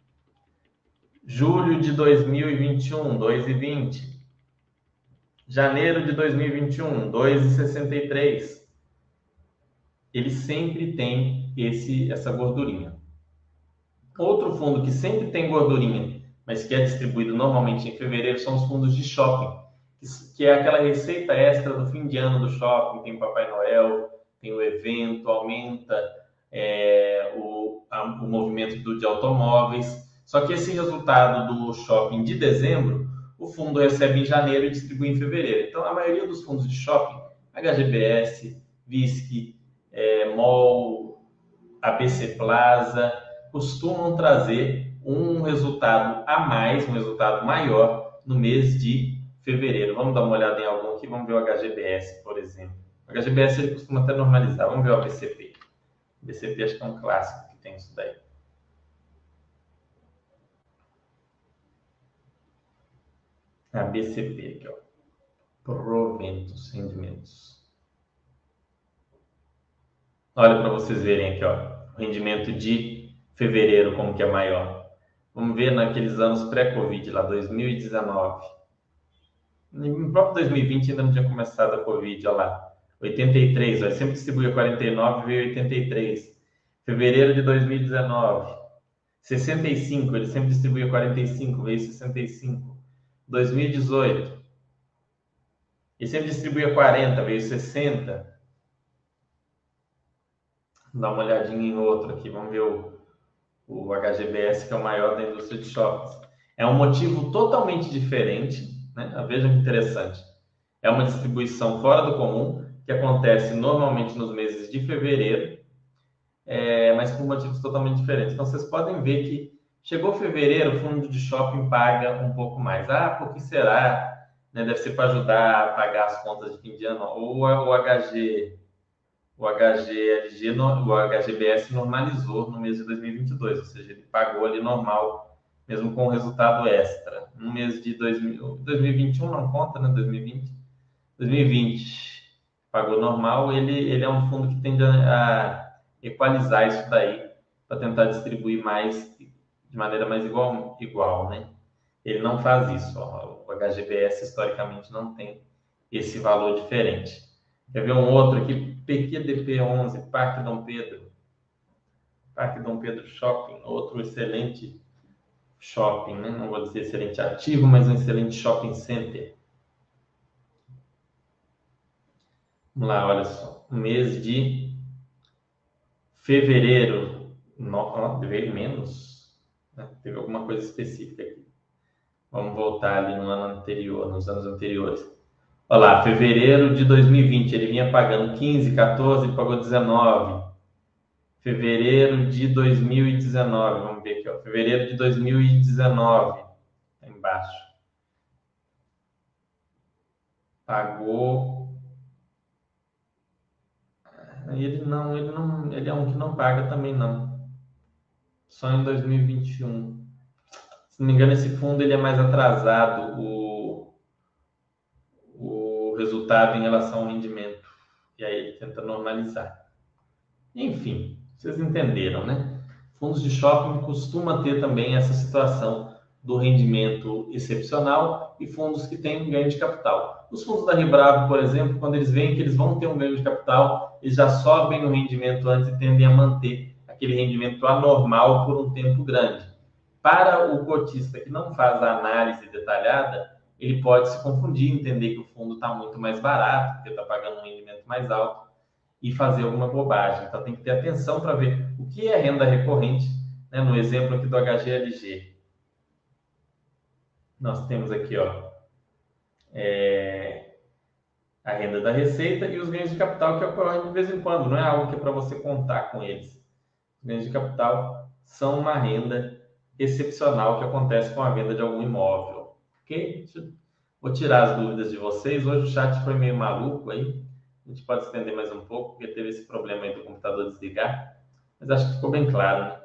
Julho de dois mil e vinte e um, dois e vinte. Janeiro de dois mil e vinte e um, dois e sessenta e três. Ele sempre tem esse, essa gordurinha. Outro fundo que sempre tem gordurinha, mas que é distribuído normalmente em fevereiro, são os fundos de shopping, que é aquela receita extra do fim de ano do shopping. Tem o Papai Noel, tem o evento, aumenta é, o, a, o movimento do, de automóveis. Só que esse resultado do shopping de dezembro, o fundo recebe em janeiro e distribui em fevereiro. Então, a maioria dos fundos de shopping, H G B S, V I S C, é, M O L, A B C Plaza, costumam trazer um resultado a mais, um resultado maior no mês de fevereiro. Vamos dar uma olhada em algum aqui, vamos ver o H G B S, por exemplo. O H G B S ele costuma até normalizar, vamos ver o A B C P. O A B C P acho que é um clássico que tem isso daí. A B C P aqui, ó. Proventos, rendimentos. Olha para vocês verem aqui, ó. O rendimento de fevereiro como que é maior. Vamos ver naqueles anos pré-Covid, lá dois mil e dezenove. No próprio dois mil e vinte ainda não tinha começado a Covid, olha lá. oitenta e três, ó, sempre distribuía quarenta e nove, veio oitenta e três. Fevereiro de dois mil e dezenove. sessenta e cinco, ele sempre distribuía quarenta e cinco, veio sessenta e cinco. dois mil e dezoito. Ele sempre distribuía quarenta, veio sessenta. Vou dar uma olhadinha em outro aqui, vamos ver o, o H G B S, que é o maior da indústria de shoppings. É um motivo totalmente diferente, né? Vejam que interessante. É uma distribuição fora do comum, que acontece normalmente nos meses de fevereiro, é, mas por motivos totalmente diferentes. Então, vocês podem ver que chegou fevereiro, o fundo de shopping paga um pouco mais. Ah, por que será? Né? Deve ser para ajudar a pagar as contas de fim de ano. Ou o H G, o H G L G, o H G B S normalizou no mês de dois mil e vinte e dois, ou seja, ele pagou ali normal, mesmo com o resultado extra. No mês de dois mil, dois mil e vinte e um não conta, né? dois mil e vinte. dois mil e vinte pagou normal, ele, ele é um fundo que tende a equalizar isso daí para tentar distribuir mais de maneira mais igual, igual, né? Ele não faz isso, ó. O H G B S historicamente não tem esse valor diferente. Quer ver um outro aqui? P Q D P onze, Parque Dom Pedro. Parque Dom Pedro Shopping, outro excelente shopping, né? Não vou dizer excelente ativo, mas um excelente shopping center. Vamos lá, olha só. Mês de fevereiro, no, veio menos, né? Teve alguma coisa específica aqui. Vamos voltar ali no ano anterior, nos anos anteriores. Olha lá, fevereiro de dois mil e vinte, ele vinha pagando quinze, quatorze e pagou dezenove. Fevereiro de dois mil e dezenove, vamos ver aqui, ó. Fevereiro de dois mil e dezenove, tá embaixo. Pagou. Ele não, ele não, ele é um que não paga também não. Só em dois mil e vinte e um. Se não me engano, esse fundo ele é mais atrasado, o, o resultado em relação ao rendimento. E aí ele tenta normalizar. Enfim, vocês entenderam, né? Fundos de shopping costuma ter também essa situação do rendimento excepcional e fundos que têm um ganho de capital. Os fundos da Ribravo, por exemplo, quando eles veem que eles vão ter um ganho de capital, eles já sobem o rendimento antes e tendem a manter aquele rendimento anormal por um tempo grande. Para o cotista que não faz a análise detalhada, ele pode se confundir, entender que o fundo está muito mais barato, porque está pagando um rendimento mais alto, e fazer alguma bobagem. Então, tem que ter atenção para ver o que é renda recorrente, né? No exemplo aqui do H G L G. Nós temos aqui, ó, é... A renda da receita e os ganhos de capital que ocorrem de vez em quando, não é algo que é para você contar com eles. Os ganhos de capital são uma renda excepcional que acontece com a venda de algum imóvel. Ok? Vou tirar as dúvidas de vocês. Hoje o chat foi meio maluco aí. A gente pode estender mais um pouco, porque teve esse problema aí do computador desligar. Mas acho que ficou bem claro, né?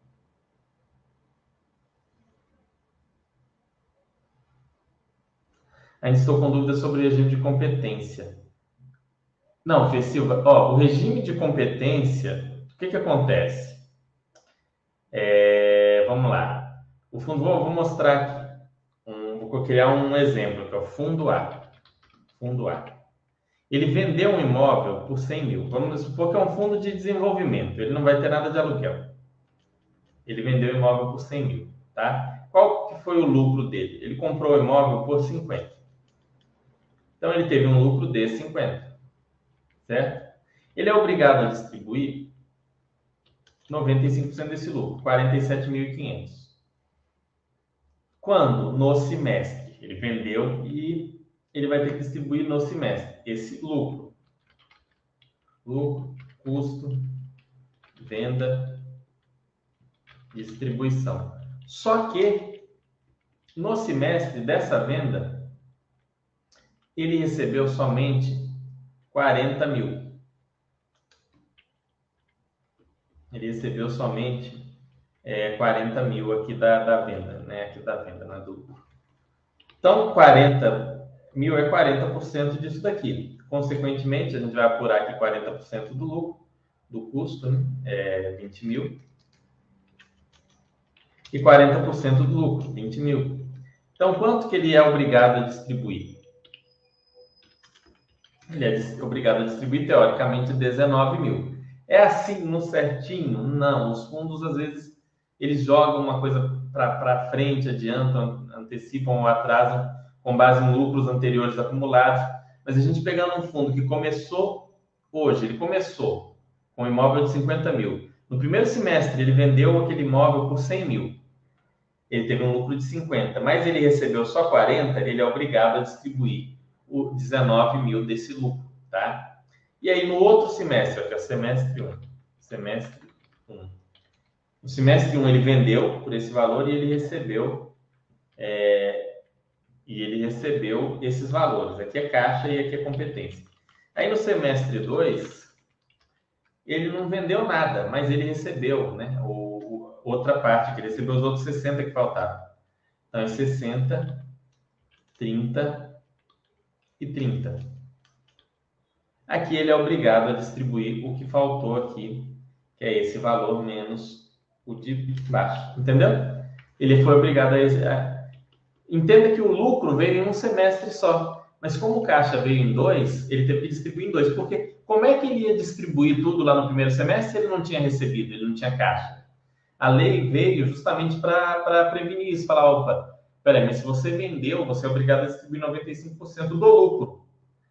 Ainda estou com dúvidas sobre o regime de competência. Não, Fê Silva, ó, o regime de competência, o que que acontece? É, vamos lá. O fundo, vou, vou mostrar aqui. Um, vou criar um exemplo, que é o fundo A. Fundo A. Ele vendeu um imóvel por cem mil. Vamos supor que é um fundo de desenvolvimento. Ele não vai ter nada de aluguel. Ele vendeu o imóvel por cem mil, tá? Qual que foi o lucro dele? Ele comprou o imóvel por cinquenta. Então, ele teve um lucro de cinquenta, certo? Ele é obrigado a distribuir noventa e cinco por cento desse lucro, quarenta e sete mil e quinhentos. Quando? No semestre. Ele vendeu e ele vai ter que distribuir no semestre esse lucro. Lucro, custo, venda, distribuição. Só que no semestre dessa venda, ele recebeu somente quarenta mil. Ele recebeu somente é, quarenta mil aqui da, da venda, né? Aqui da venda, não é do lucro. Então, quarenta mil é quarenta por cento disso daqui. Consequentemente, a gente vai apurar aqui quarenta por cento do lucro, do custo, né? É vinte mil. E quarenta por cento do lucro, vinte mil. Então, quanto que ele é obrigado a distribuir? Ele é obrigado a distribuir, teoricamente, dezenove mil. É assim, no certinho? Não. Os fundos, às vezes, eles jogam uma coisa para frente, adiantam, antecipam ou atrasam com base em lucros anteriores acumulados. Mas a gente pegando um fundo que começou hoje, ele começou com um imóvel de cinquenta mil. No primeiro semestre, ele vendeu aquele imóvel por cem mil. Ele teve um lucro de cinquenta, mas ele recebeu só quarenta, ele é obrigado a distribuir o dezenove mil desse lucro, tá? E aí, no outro semestre, que é o semestre um. Semestre um. No semestre um, ele vendeu por esse valor e ele recebeu é, e ele recebeu esses valores. Aqui é caixa e aqui é competência. Aí, no semestre dois, ele não vendeu nada, mas ele recebeu, né? O, o, outra parte, que ele recebeu os outros sessenta que faltavam. Então, é sessenta, trinta e trinta. Aqui ele é obrigado a distribuir o que faltou aqui, que é esse valor menos o de baixo. Entendeu? Ele foi obrigado a... Entenda que o lucro veio em um semestre só. Mas como o caixa veio em dois, ele teve que distribuir em dois. Porque como é que ele ia distribuir tudo lá no primeiro semestre se ele não tinha recebido, ele não tinha caixa? A lei veio justamente para prevenir isso. Falar, opa, peraí, mas se você vendeu, você é obrigado a distribuir noventa e cinco por cento do lucro.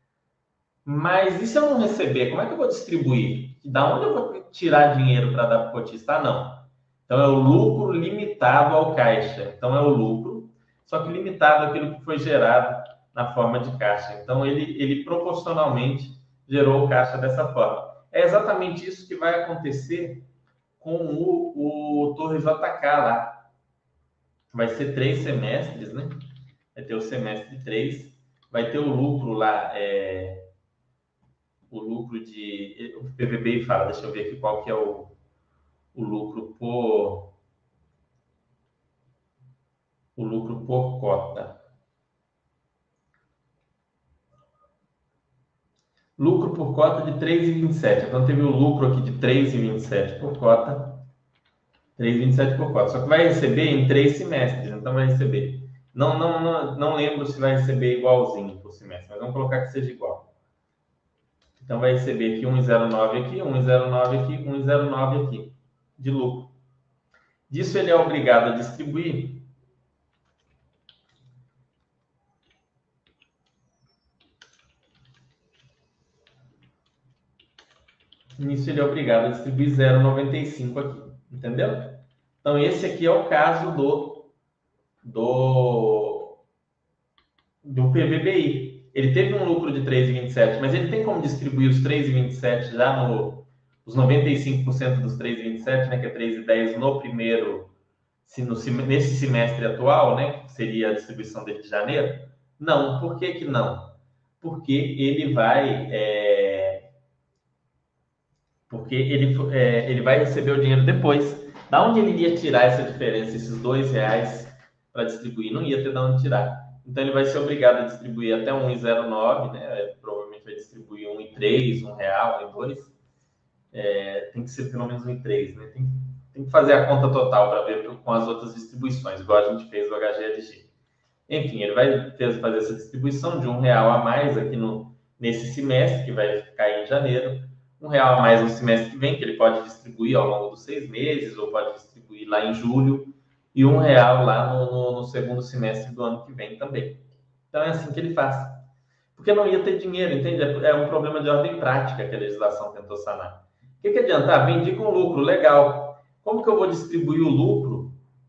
Mas e se eu não receber? Como é que eu vou distribuir? Da onde eu vou tirar dinheiro para dar para o cotista? Ah, não. Então, é o lucro limitado ao caixa. Então, é o lucro, só que limitado àquilo que foi gerado na forma de caixa. Então, ele, ele proporcionalmente gerou o caixa dessa forma. É exatamente isso que vai acontecer com o, o Torre J K lá. Vai ser três semestres, né? Vai ter o semestre três, vai ter o lucro lá, é, o lucro de... O P V B I fala, deixa eu ver aqui qual que é o, o lucro por... O lucro por cota. Lucro por cota de três vírgula vinte e sete. Então, teve o lucro aqui de três vírgula vinte e sete por cota. três vírgula vinte e sete por cota. Só que vai receber em três semestres. Então, vai receber... Não, não, não, não lembro se vai receber igualzinho por semestre, mas vamos colocar que seja igual. Então, vai receber aqui um vírgula zero nove aqui, um vírgula zero nove aqui, um vírgula zero nove aqui, de lucro. Disso, ele é obrigado a distribuir nisso ele é obrigado a distribuir zero vírgula noventa e cinco aqui, entendeu? Então, esse aqui é o caso do, do, do P V B I. ele teve um lucro de três vírgula vinte e sete, mas ele tem como distribuir os três vírgula vinte e sete já no, os noventa e cinco por cento dos três vírgula vinte e sete, né, que é três vírgula dez no primeiro, se no, nesse semestre atual, né, que seria a distribuição dele de janeiro? Não. Por que que não? Porque ele vai, é, porque ele, é, ele vai receber o dinheiro depois. Da onde ele iria tirar essa diferença, esses dois reais para distribuir? Não ia ter de onde tirar. Então ele vai ser obrigado a distribuir até um vírgula zero nove, né? Provavelmente vai distribuir um vírgula três, um real, um vírgula dois. É, tem que ser pelo menos um vírgula três, né? Tem, tem que fazer a conta total para ver com as outras distribuições, igual a gente fez do H G L G. Enfim, ele vai fazer essa distribuição de um real a mais aqui no, nesse semestre, que vai cair em janeiro, um real a mais no semestre que vem, que ele pode distribuir ao longo dos seis meses, ou pode distribuir lá em julho, e um real lá no, no, no segundo semestre do ano que vem também. Então é assim que ele faz. Porque não ia ter dinheiro, entende? É um problema de ordem prática que a legislação tentou sanar. O que, que adianta? Ah, vendi com lucro, legal. Como que eu vou distribuir o lucro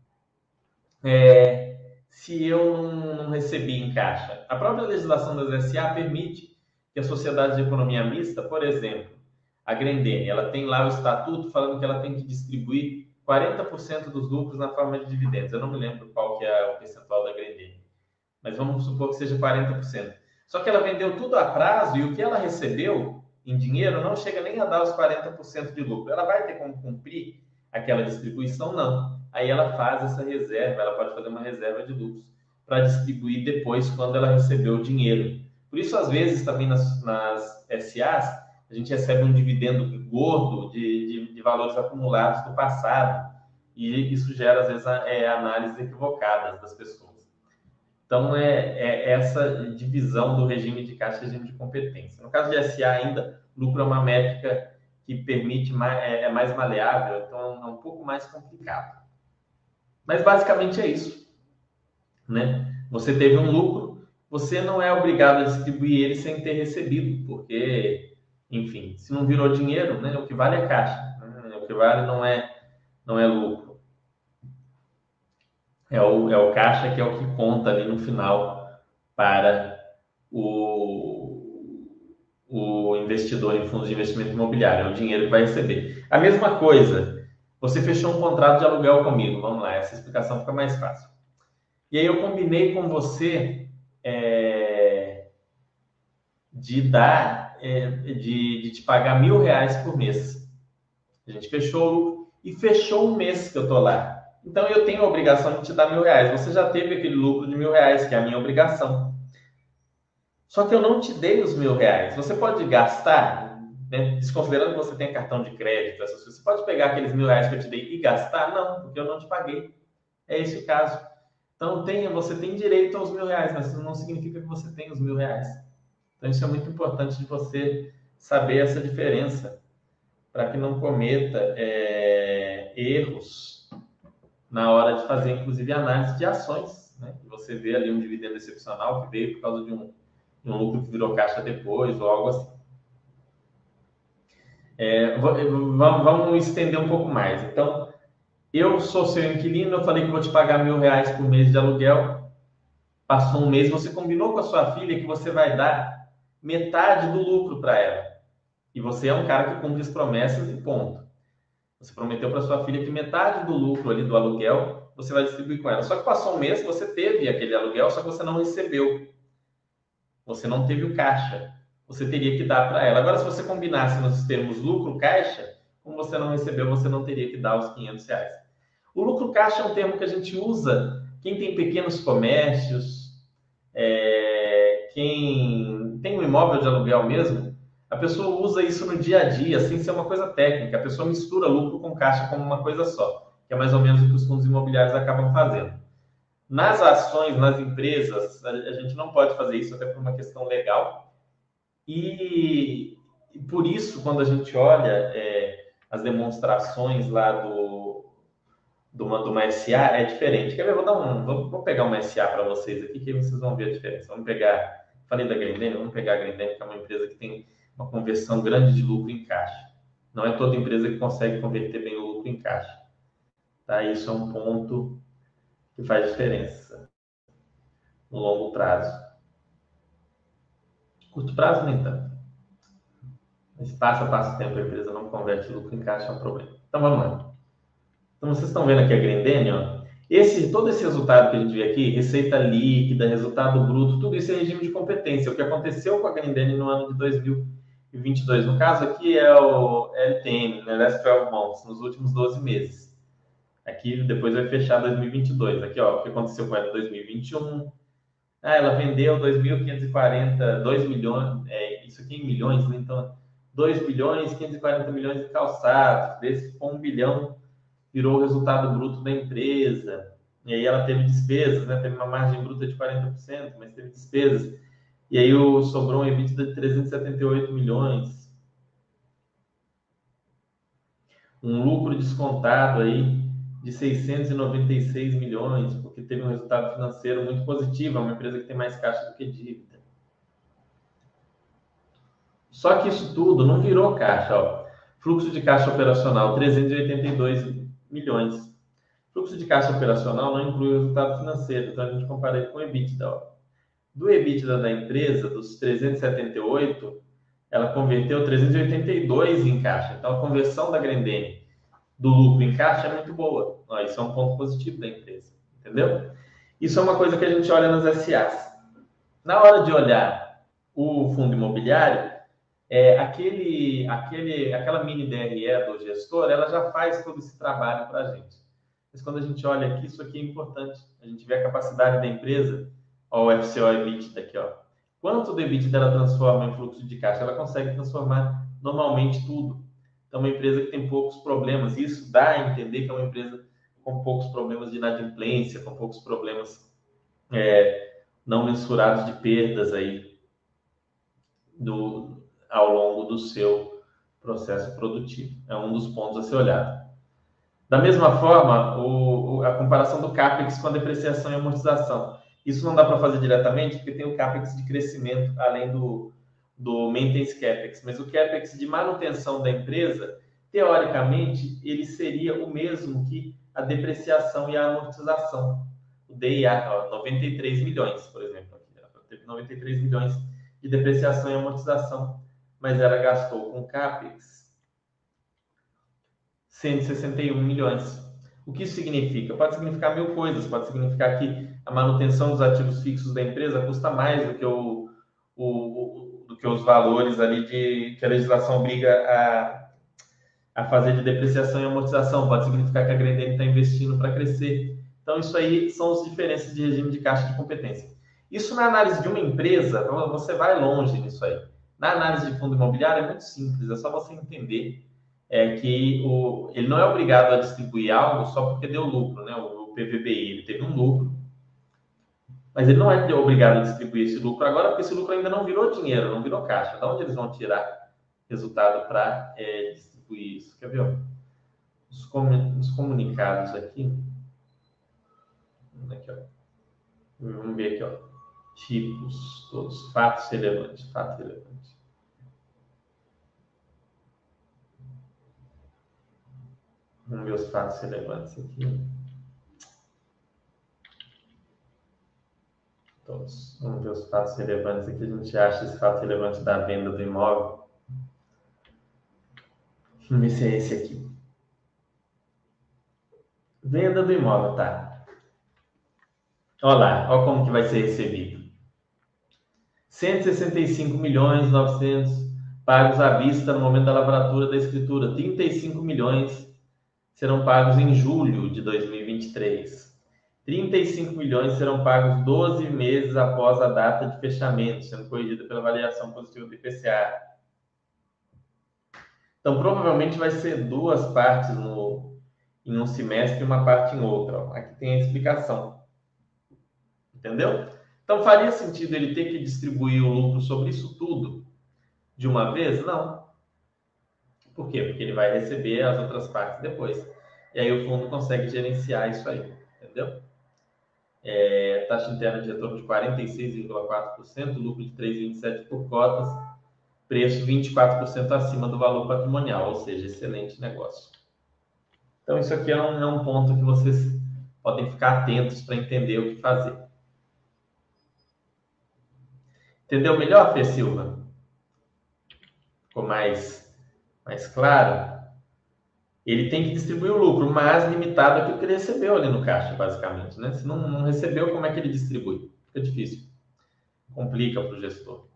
é, se eu não, não recebi em caixa? A própria legislação das S A permite que a sociedade de economia mista, por exemplo, a Grendene, ela tem lá o estatuto falando que ela tem que distribuir quarenta por cento dos lucros na forma de dividendos. Eu não me lembro qual que é o percentual da Grendene, mas vamos supor que seja quarenta por cento. Só que ela vendeu tudo a prazo e o que ela recebeu em dinheiro não chega nem a dar os quarenta por cento de lucro. Ela vai ter como cumprir aquela distribuição? Não. Aí ela faz essa reserva, ela pode fazer uma reserva de lucros para distribuir depois quando ela recebeu o dinheiro. Por isso, às vezes, também nas, nas S As, a gente recebe um dividendo gordo de, de, de valores acumulados do passado. E isso gera, às vezes, é, análises equivocadas das pessoas. Então, é, é essa divisão do regime de caixa e regime de competência. No caso de S A ainda, lucro é uma métrica que permite mais, é, é mais maleável, então é um pouco mais complicado. Mas basicamente é isso, né? Você teve um lucro, você não é obrigado a distribuir ele sem ter recebido, porque, enfim, se não virou dinheiro, né, o que vale é caixa, né? O que vale não é, não é lucro. É o, é o caixa que é o que conta ali no final para o, o investidor em fundos de investimento imobiliário, é o dinheiro que vai receber. A mesma coisa, você fechou um contrato de aluguel comigo, vamos lá, essa explicação fica mais fácil. E aí eu combinei com você é, de dar, é, de, de te pagar mil reais por mês. A gente fechou e fechou um mês que eu tô lá. Então eu tenho a obrigação de te dar mil reais. Você já teve aquele lucro de mil reais, que é a minha obrigação. Só que eu não te dei os mil reais. Você pode gastar, né? Desconsiderando que você tem cartão de crédito, essas coisas, você pode pegar aqueles mil reais que eu te dei e gastar? Não, porque eu não te paguei. É esse o caso. Então tenha, você tem direito aos mil reais, mas isso não significa que você tem os mil reais. Então isso é muito importante de você saber essa diferença, para que não cometa é, erros na hora de fazer, inclusive, análise de ações, né? E você vê ali um dividendo excepcional que veio por causa de um, de um lucro que virou caixa depois, ou algo assim. É, vamos estender um pouco mais. Então, eu sou seu inquilino, eu falei que vou te pagar mil reais por mês de aluguel. Passou um mês, você combinou com a sua filha que você vai dar metade do lucro para ela. E você é um cara que cumpre as promessas e ponto. Você prometeu para sua filha que metade do lucro ali do aluguel você vai distribuir com ela. Só que passou um mês, você teve aquele aluguel, só que você não recebeu. Você não teve o caixa. Você teria que dar para ela. Agora, se você combinasse nos termos lucro-caixa, como você não recebeu, você não teria que dar os quinhentos reais. O lucro-caixa é um termo que a gente usa quem tem pequenos comércios, é, quem tem um imóvel de aluguel mesmo, a pessoa usa isso no dia a dia, sem ser uma coisa técnica. A pessoa mistura lucro com caixa como uma coisa só, que é mais ou menos o que os fundos imobiliários acabam fazendo. Nas ações, nas empresas, a gente não pode fazer isso, até por uma questão legal. E, e por isso, quando a gente olha é, as demonstrações lá do, de uma, de uma S A, é diferente. Quer ver? Vou, dar um, vou, vou pegar uma S A para vocês aqui, que aí vocês vão ver a diferença. Vamos pegar, falei da Grendene, vamos pegar a Grendene, que é uma empresa que tem uma conversão grande de lucro em caixa. Não é toda empresa que consegue converter bem o lucro em caixa. Tá? Isso é um ponto que faz diferença no longo prazo. Curto prazo, nem tanto. Mas passa, passa o tempo, a empresa não converte lucro em caixa, é um problema. Então vamos lá. Então vocês estão vendo aqui a Grendene, ó. Esse, todo esse resultado que a gente vê aqui, receita líquida, resultado bruto, tudo isso é regime de competência. O que aconteceu com a Grendene no ano de dois mil e vinte e dois, no caso aqui é o L T M, né, Last twelve Months, nos últimos doze meses. Aqui depois vai fechar dois mil e vinte e dois. Aqui, ó, o que aconteceu com ela em dois mil e vinte e um. Ah, ela vendeu dois mil quinhentos e quarenta, dois milhões, é, isso aqui em milhões, né? Então, dois bilhões, quinhentos e quarenta milhões de calçados, desse com um bilhão virou o resultado bruto da empresa. E aí ela teve despesas, né? Teve uma margem bruta de quarenta por cento, mas teve despesas. E aí o, sobrou um EBITDA de trezentos e setenta e oito milhões. Um lucro descontado aí de seiscentos e noventa e seis milhões, porque teve um resultado financeiro muito positivo, é uma empresa que tem mais caixa do que dívida. Só que isso tudo não virou caixa, ó. Fluxo de caixa operacional, trezentos e oitenta e dois milhões. Fluxo de caixa operacional não inclui o resultado financeiro, então a gente compara ele com o EBITDA. Ó. Do EBITDA da empresa, dos trezentos e setenta e oito, ela converteu trezentos e oitenta e dois em caixa. Então a conversão da Grendene do lucro em caixa é muito boa. Ó, isso é um ponto positivo da empresa, entendeu? Isso é uma coisa que a gente olha nas S As. Na hora de olhar o fundo imobiliário, é, aquele, aquele, aquela mini D R E do gestor, ela já faz todo esse trabalho para a gente. Mas quando a gente olha aqui, isso aqui é importante. A gente vê a capacidade da empresa, ó, o F C O EBITDA aqui, ó. Quanto do EBITDA ela transforma em fluxo de caixa? Ela consegue transformar normalmente tudo. Então, uma empresa que tem poucos problemas, isso dá a entender que é uma empresa com poucos problemas de inadimplência, com poucos problemas é, não mensurados de perdas aí do, ao longo do seu processo produtivo. É um dos pontos a ser olhado. Da mesma forma, o, a comparação do CAPEX com a depreciação e amortização. Isso não dá para fazer diretamente, porque tem o CAPEX de crescimento, além do, do maintenance CAPEX. Mas o CAPEX de manutenção da empresa, teoricamente, ele seria o mesmo que a depreciação e a amortização. O D I A, ó, noventa e três milhões, por exemplo. Teve noventa e três milhões de depreciação e amortização, mas ela gastou com CAPEX cento e sessenta e um milhões. O que isso significa? Pode significar mil coisas. Pode significar que a manutenção dos ativos fixos da empresa custa mais do que, o, o, o do que os valores ali de, que a legislação obriga a, a fazer de depreciação e amortização. Pode significar que a Grendene está investindo para crescer. Então, isso aí são as diferenças de regime de caixa de competência. Isso na análise de uma empresa, você vai longe nisso aí. Na análise de fundo imobiliário é muito simples, é só você entender é que o, ele não é obrigado a distribuir algo só porque deu lucro, né? O, o P V B I, ele teve um lucro, mas ele não é obrigado a distribuir esse lucro agora, porque esse lucro ainda não virou dinheiro, não virou caixa. Da onde eles vão tirar resultado para é, distribuir isso? Quer ver? Os, com, os comunicados aqui. aqui ó. Vamos ver aqui, ó. Tipos, todos, fatos relevantes, fato relevante. Vamos ver os fatos relevantes aqui. Todos. Vamos ver os fatos relevantes aqui. A gente acha esse fato relevante da venda do imóvel. Vamos ver se é esse aqui. Venda do imóvel, tá? Olha lá, olha como que vai ser recebido. cento e sessenta e cinco milhões e novecentos pagos à vista no momento da lavratura da escritura. trinta e cinco milhões serão pagos em julho de dois mil e vinte e três. trinta e cinco milhões serão pagos doze meses após a data de fechamento, sendo corrigida pela variação positiva do I P C A. Então, provavelmente vai ser duas partes no, em um semestre e uma parte em outra. Ó. Aqui tem a explicação. Entendeu? Então, faria sentido ele ter que distribuir o lucro sobre isso tudo de uma vez? Não. Por quê? Porque ele vai receber as outras partes depois. E aí o fundo consegue gerenciar isso aí. Entendeu? É, taxa interna de retorno de quarenta e seis vírgula quatro por cento, lucro de três vírgula vinte e sete por cento por cotas, preço vinte e quatro por cento acima do valor patrimonial, ou seja, excelente negócio. Então, isso aqui é um, é um ponto que vocês podem ficar atentos para entender o que fazer. Entendeu melhor, Fê Silva? Ficou mais, mais claro? Ele tem que distribuir o lucro, mas limitado àquilo que ele recebeu ali no caixa, basicamente, né? Se não, não recebeu, como é que ele distribui? Fica difícil. Complica para o gestor.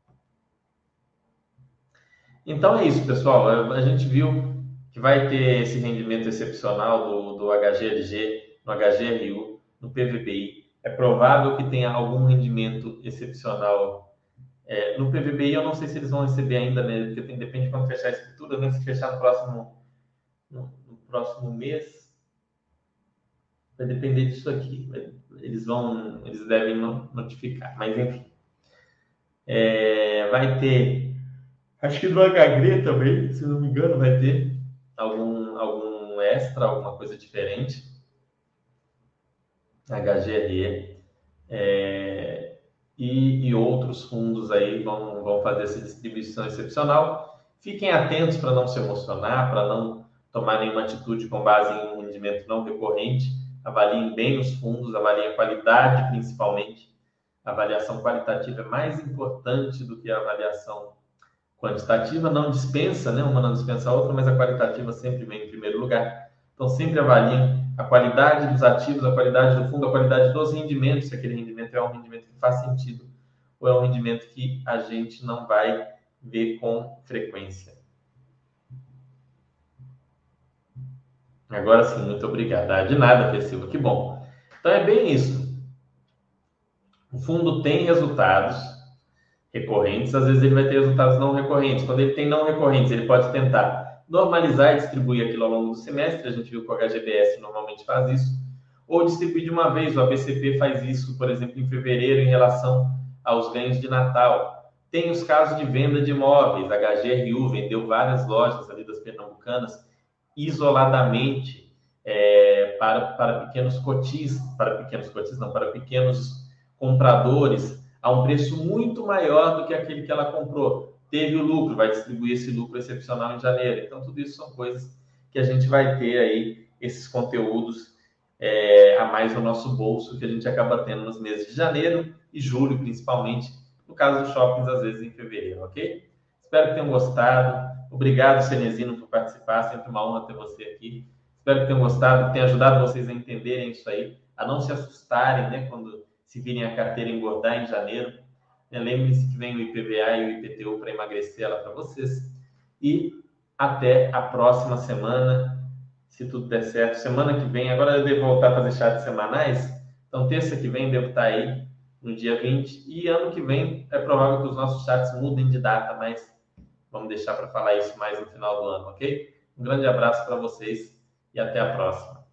Então é isso, pessoal. A gente viu que vai ter esse rendimento excepcional do, do H G L G, no H G R U, no P V B I. É provável que tenha algum rendimento excepcional. É, no P V B I eu não sei se eles vão receber ainda, né? Porque tem, depende de quando fechar a escritura, né? Se fechar no próximo, no, no próximo mês, vai depender disso aqui. Eles vão, eles devem notificar, mas enfim. É, vai ter, acho que no H G também, se não me engano, vai ter algum, algum extra, alguma coisa diferente. H G R E. É, e, e outros fundos aí vão, vão fazer essa distribuição excepcional. Fiquem atentos para não se emocionar, para não tomar nenhuma atitude com base em um rendimento não recorrente. Avaliem bem os fundos, avaliem a qualidade principalmente. A avaliação qualitativa é mais importante do que a avaliação quantitativa. Não dispensa, né? Uma não dispensa a outra, mas a qualitativa sempre vem em primeiro lugar. Então, sempre avaliem a qualidade dos ativos, a qualidade do fundo, a qualidade dos rendimentos, se aquele rendimento é um rendimento que faz sentido ou é um rendimento que a gente não vai ver com frequência. Agora sim, muito obrigado. Ah, de nada, P. Silva, que bom. Então, é bem isso. O fundo tem resultados recorrentes, às vezes ele vai ter resultados não recorrentes. Quando ele tem não recorrentes, ele pode tentar normalizar e distribuir aquilo ao longo do semestre. A gente viu que o H G B S normalmente faz isso. Ou distribuir de uma vez. O A B C P faz isso, por exemplo, em fevereiro, em relação aos ganhos de Natal. Tem os casos de venda de imóveis. A H G R U vendeu várias lojas ali das pernambucanas isoladamente é, para, para pequenos cotis, para pequenos cotis, não, para pequenos compradores a um preço muito maior do que aquele que ela comprou. Teve o lucro, vai distribuir esse lucro excepcional em janeiro. Então, tudo isso são coisas que a gente vai ter aí, esses conteúdos é, a mais no nosso bolso, que a gente acaba tendo nos meses de janeiro e julho, principalmente, no caso dos shoppings, às vezes em fevereiro, ok? Espero que tenham gostado. Obrigado, Cenezino, por participar. Sempre uma honra ter você aqui. Espero que tenham gostado, que tenha ajudado vocês a entenderem isso aí, a não se assustarem, né, quando se virem a carteira engordar em janeiro. Lembrem-se que vem o I P V A e o I P T U para emagrecer ela para vocês. E até a próxima semana, se tudo der certo. Semana que vem, agora eu devo voltar a fazer chats semanais. Então, terça que vem devo estar aí no dia vinte. E ano que vem é provável que os nossos chats mudem de data, mas vamos deixar para falar isso mais no final do ano, ok? Um grande abraço para vocês e até a próxima.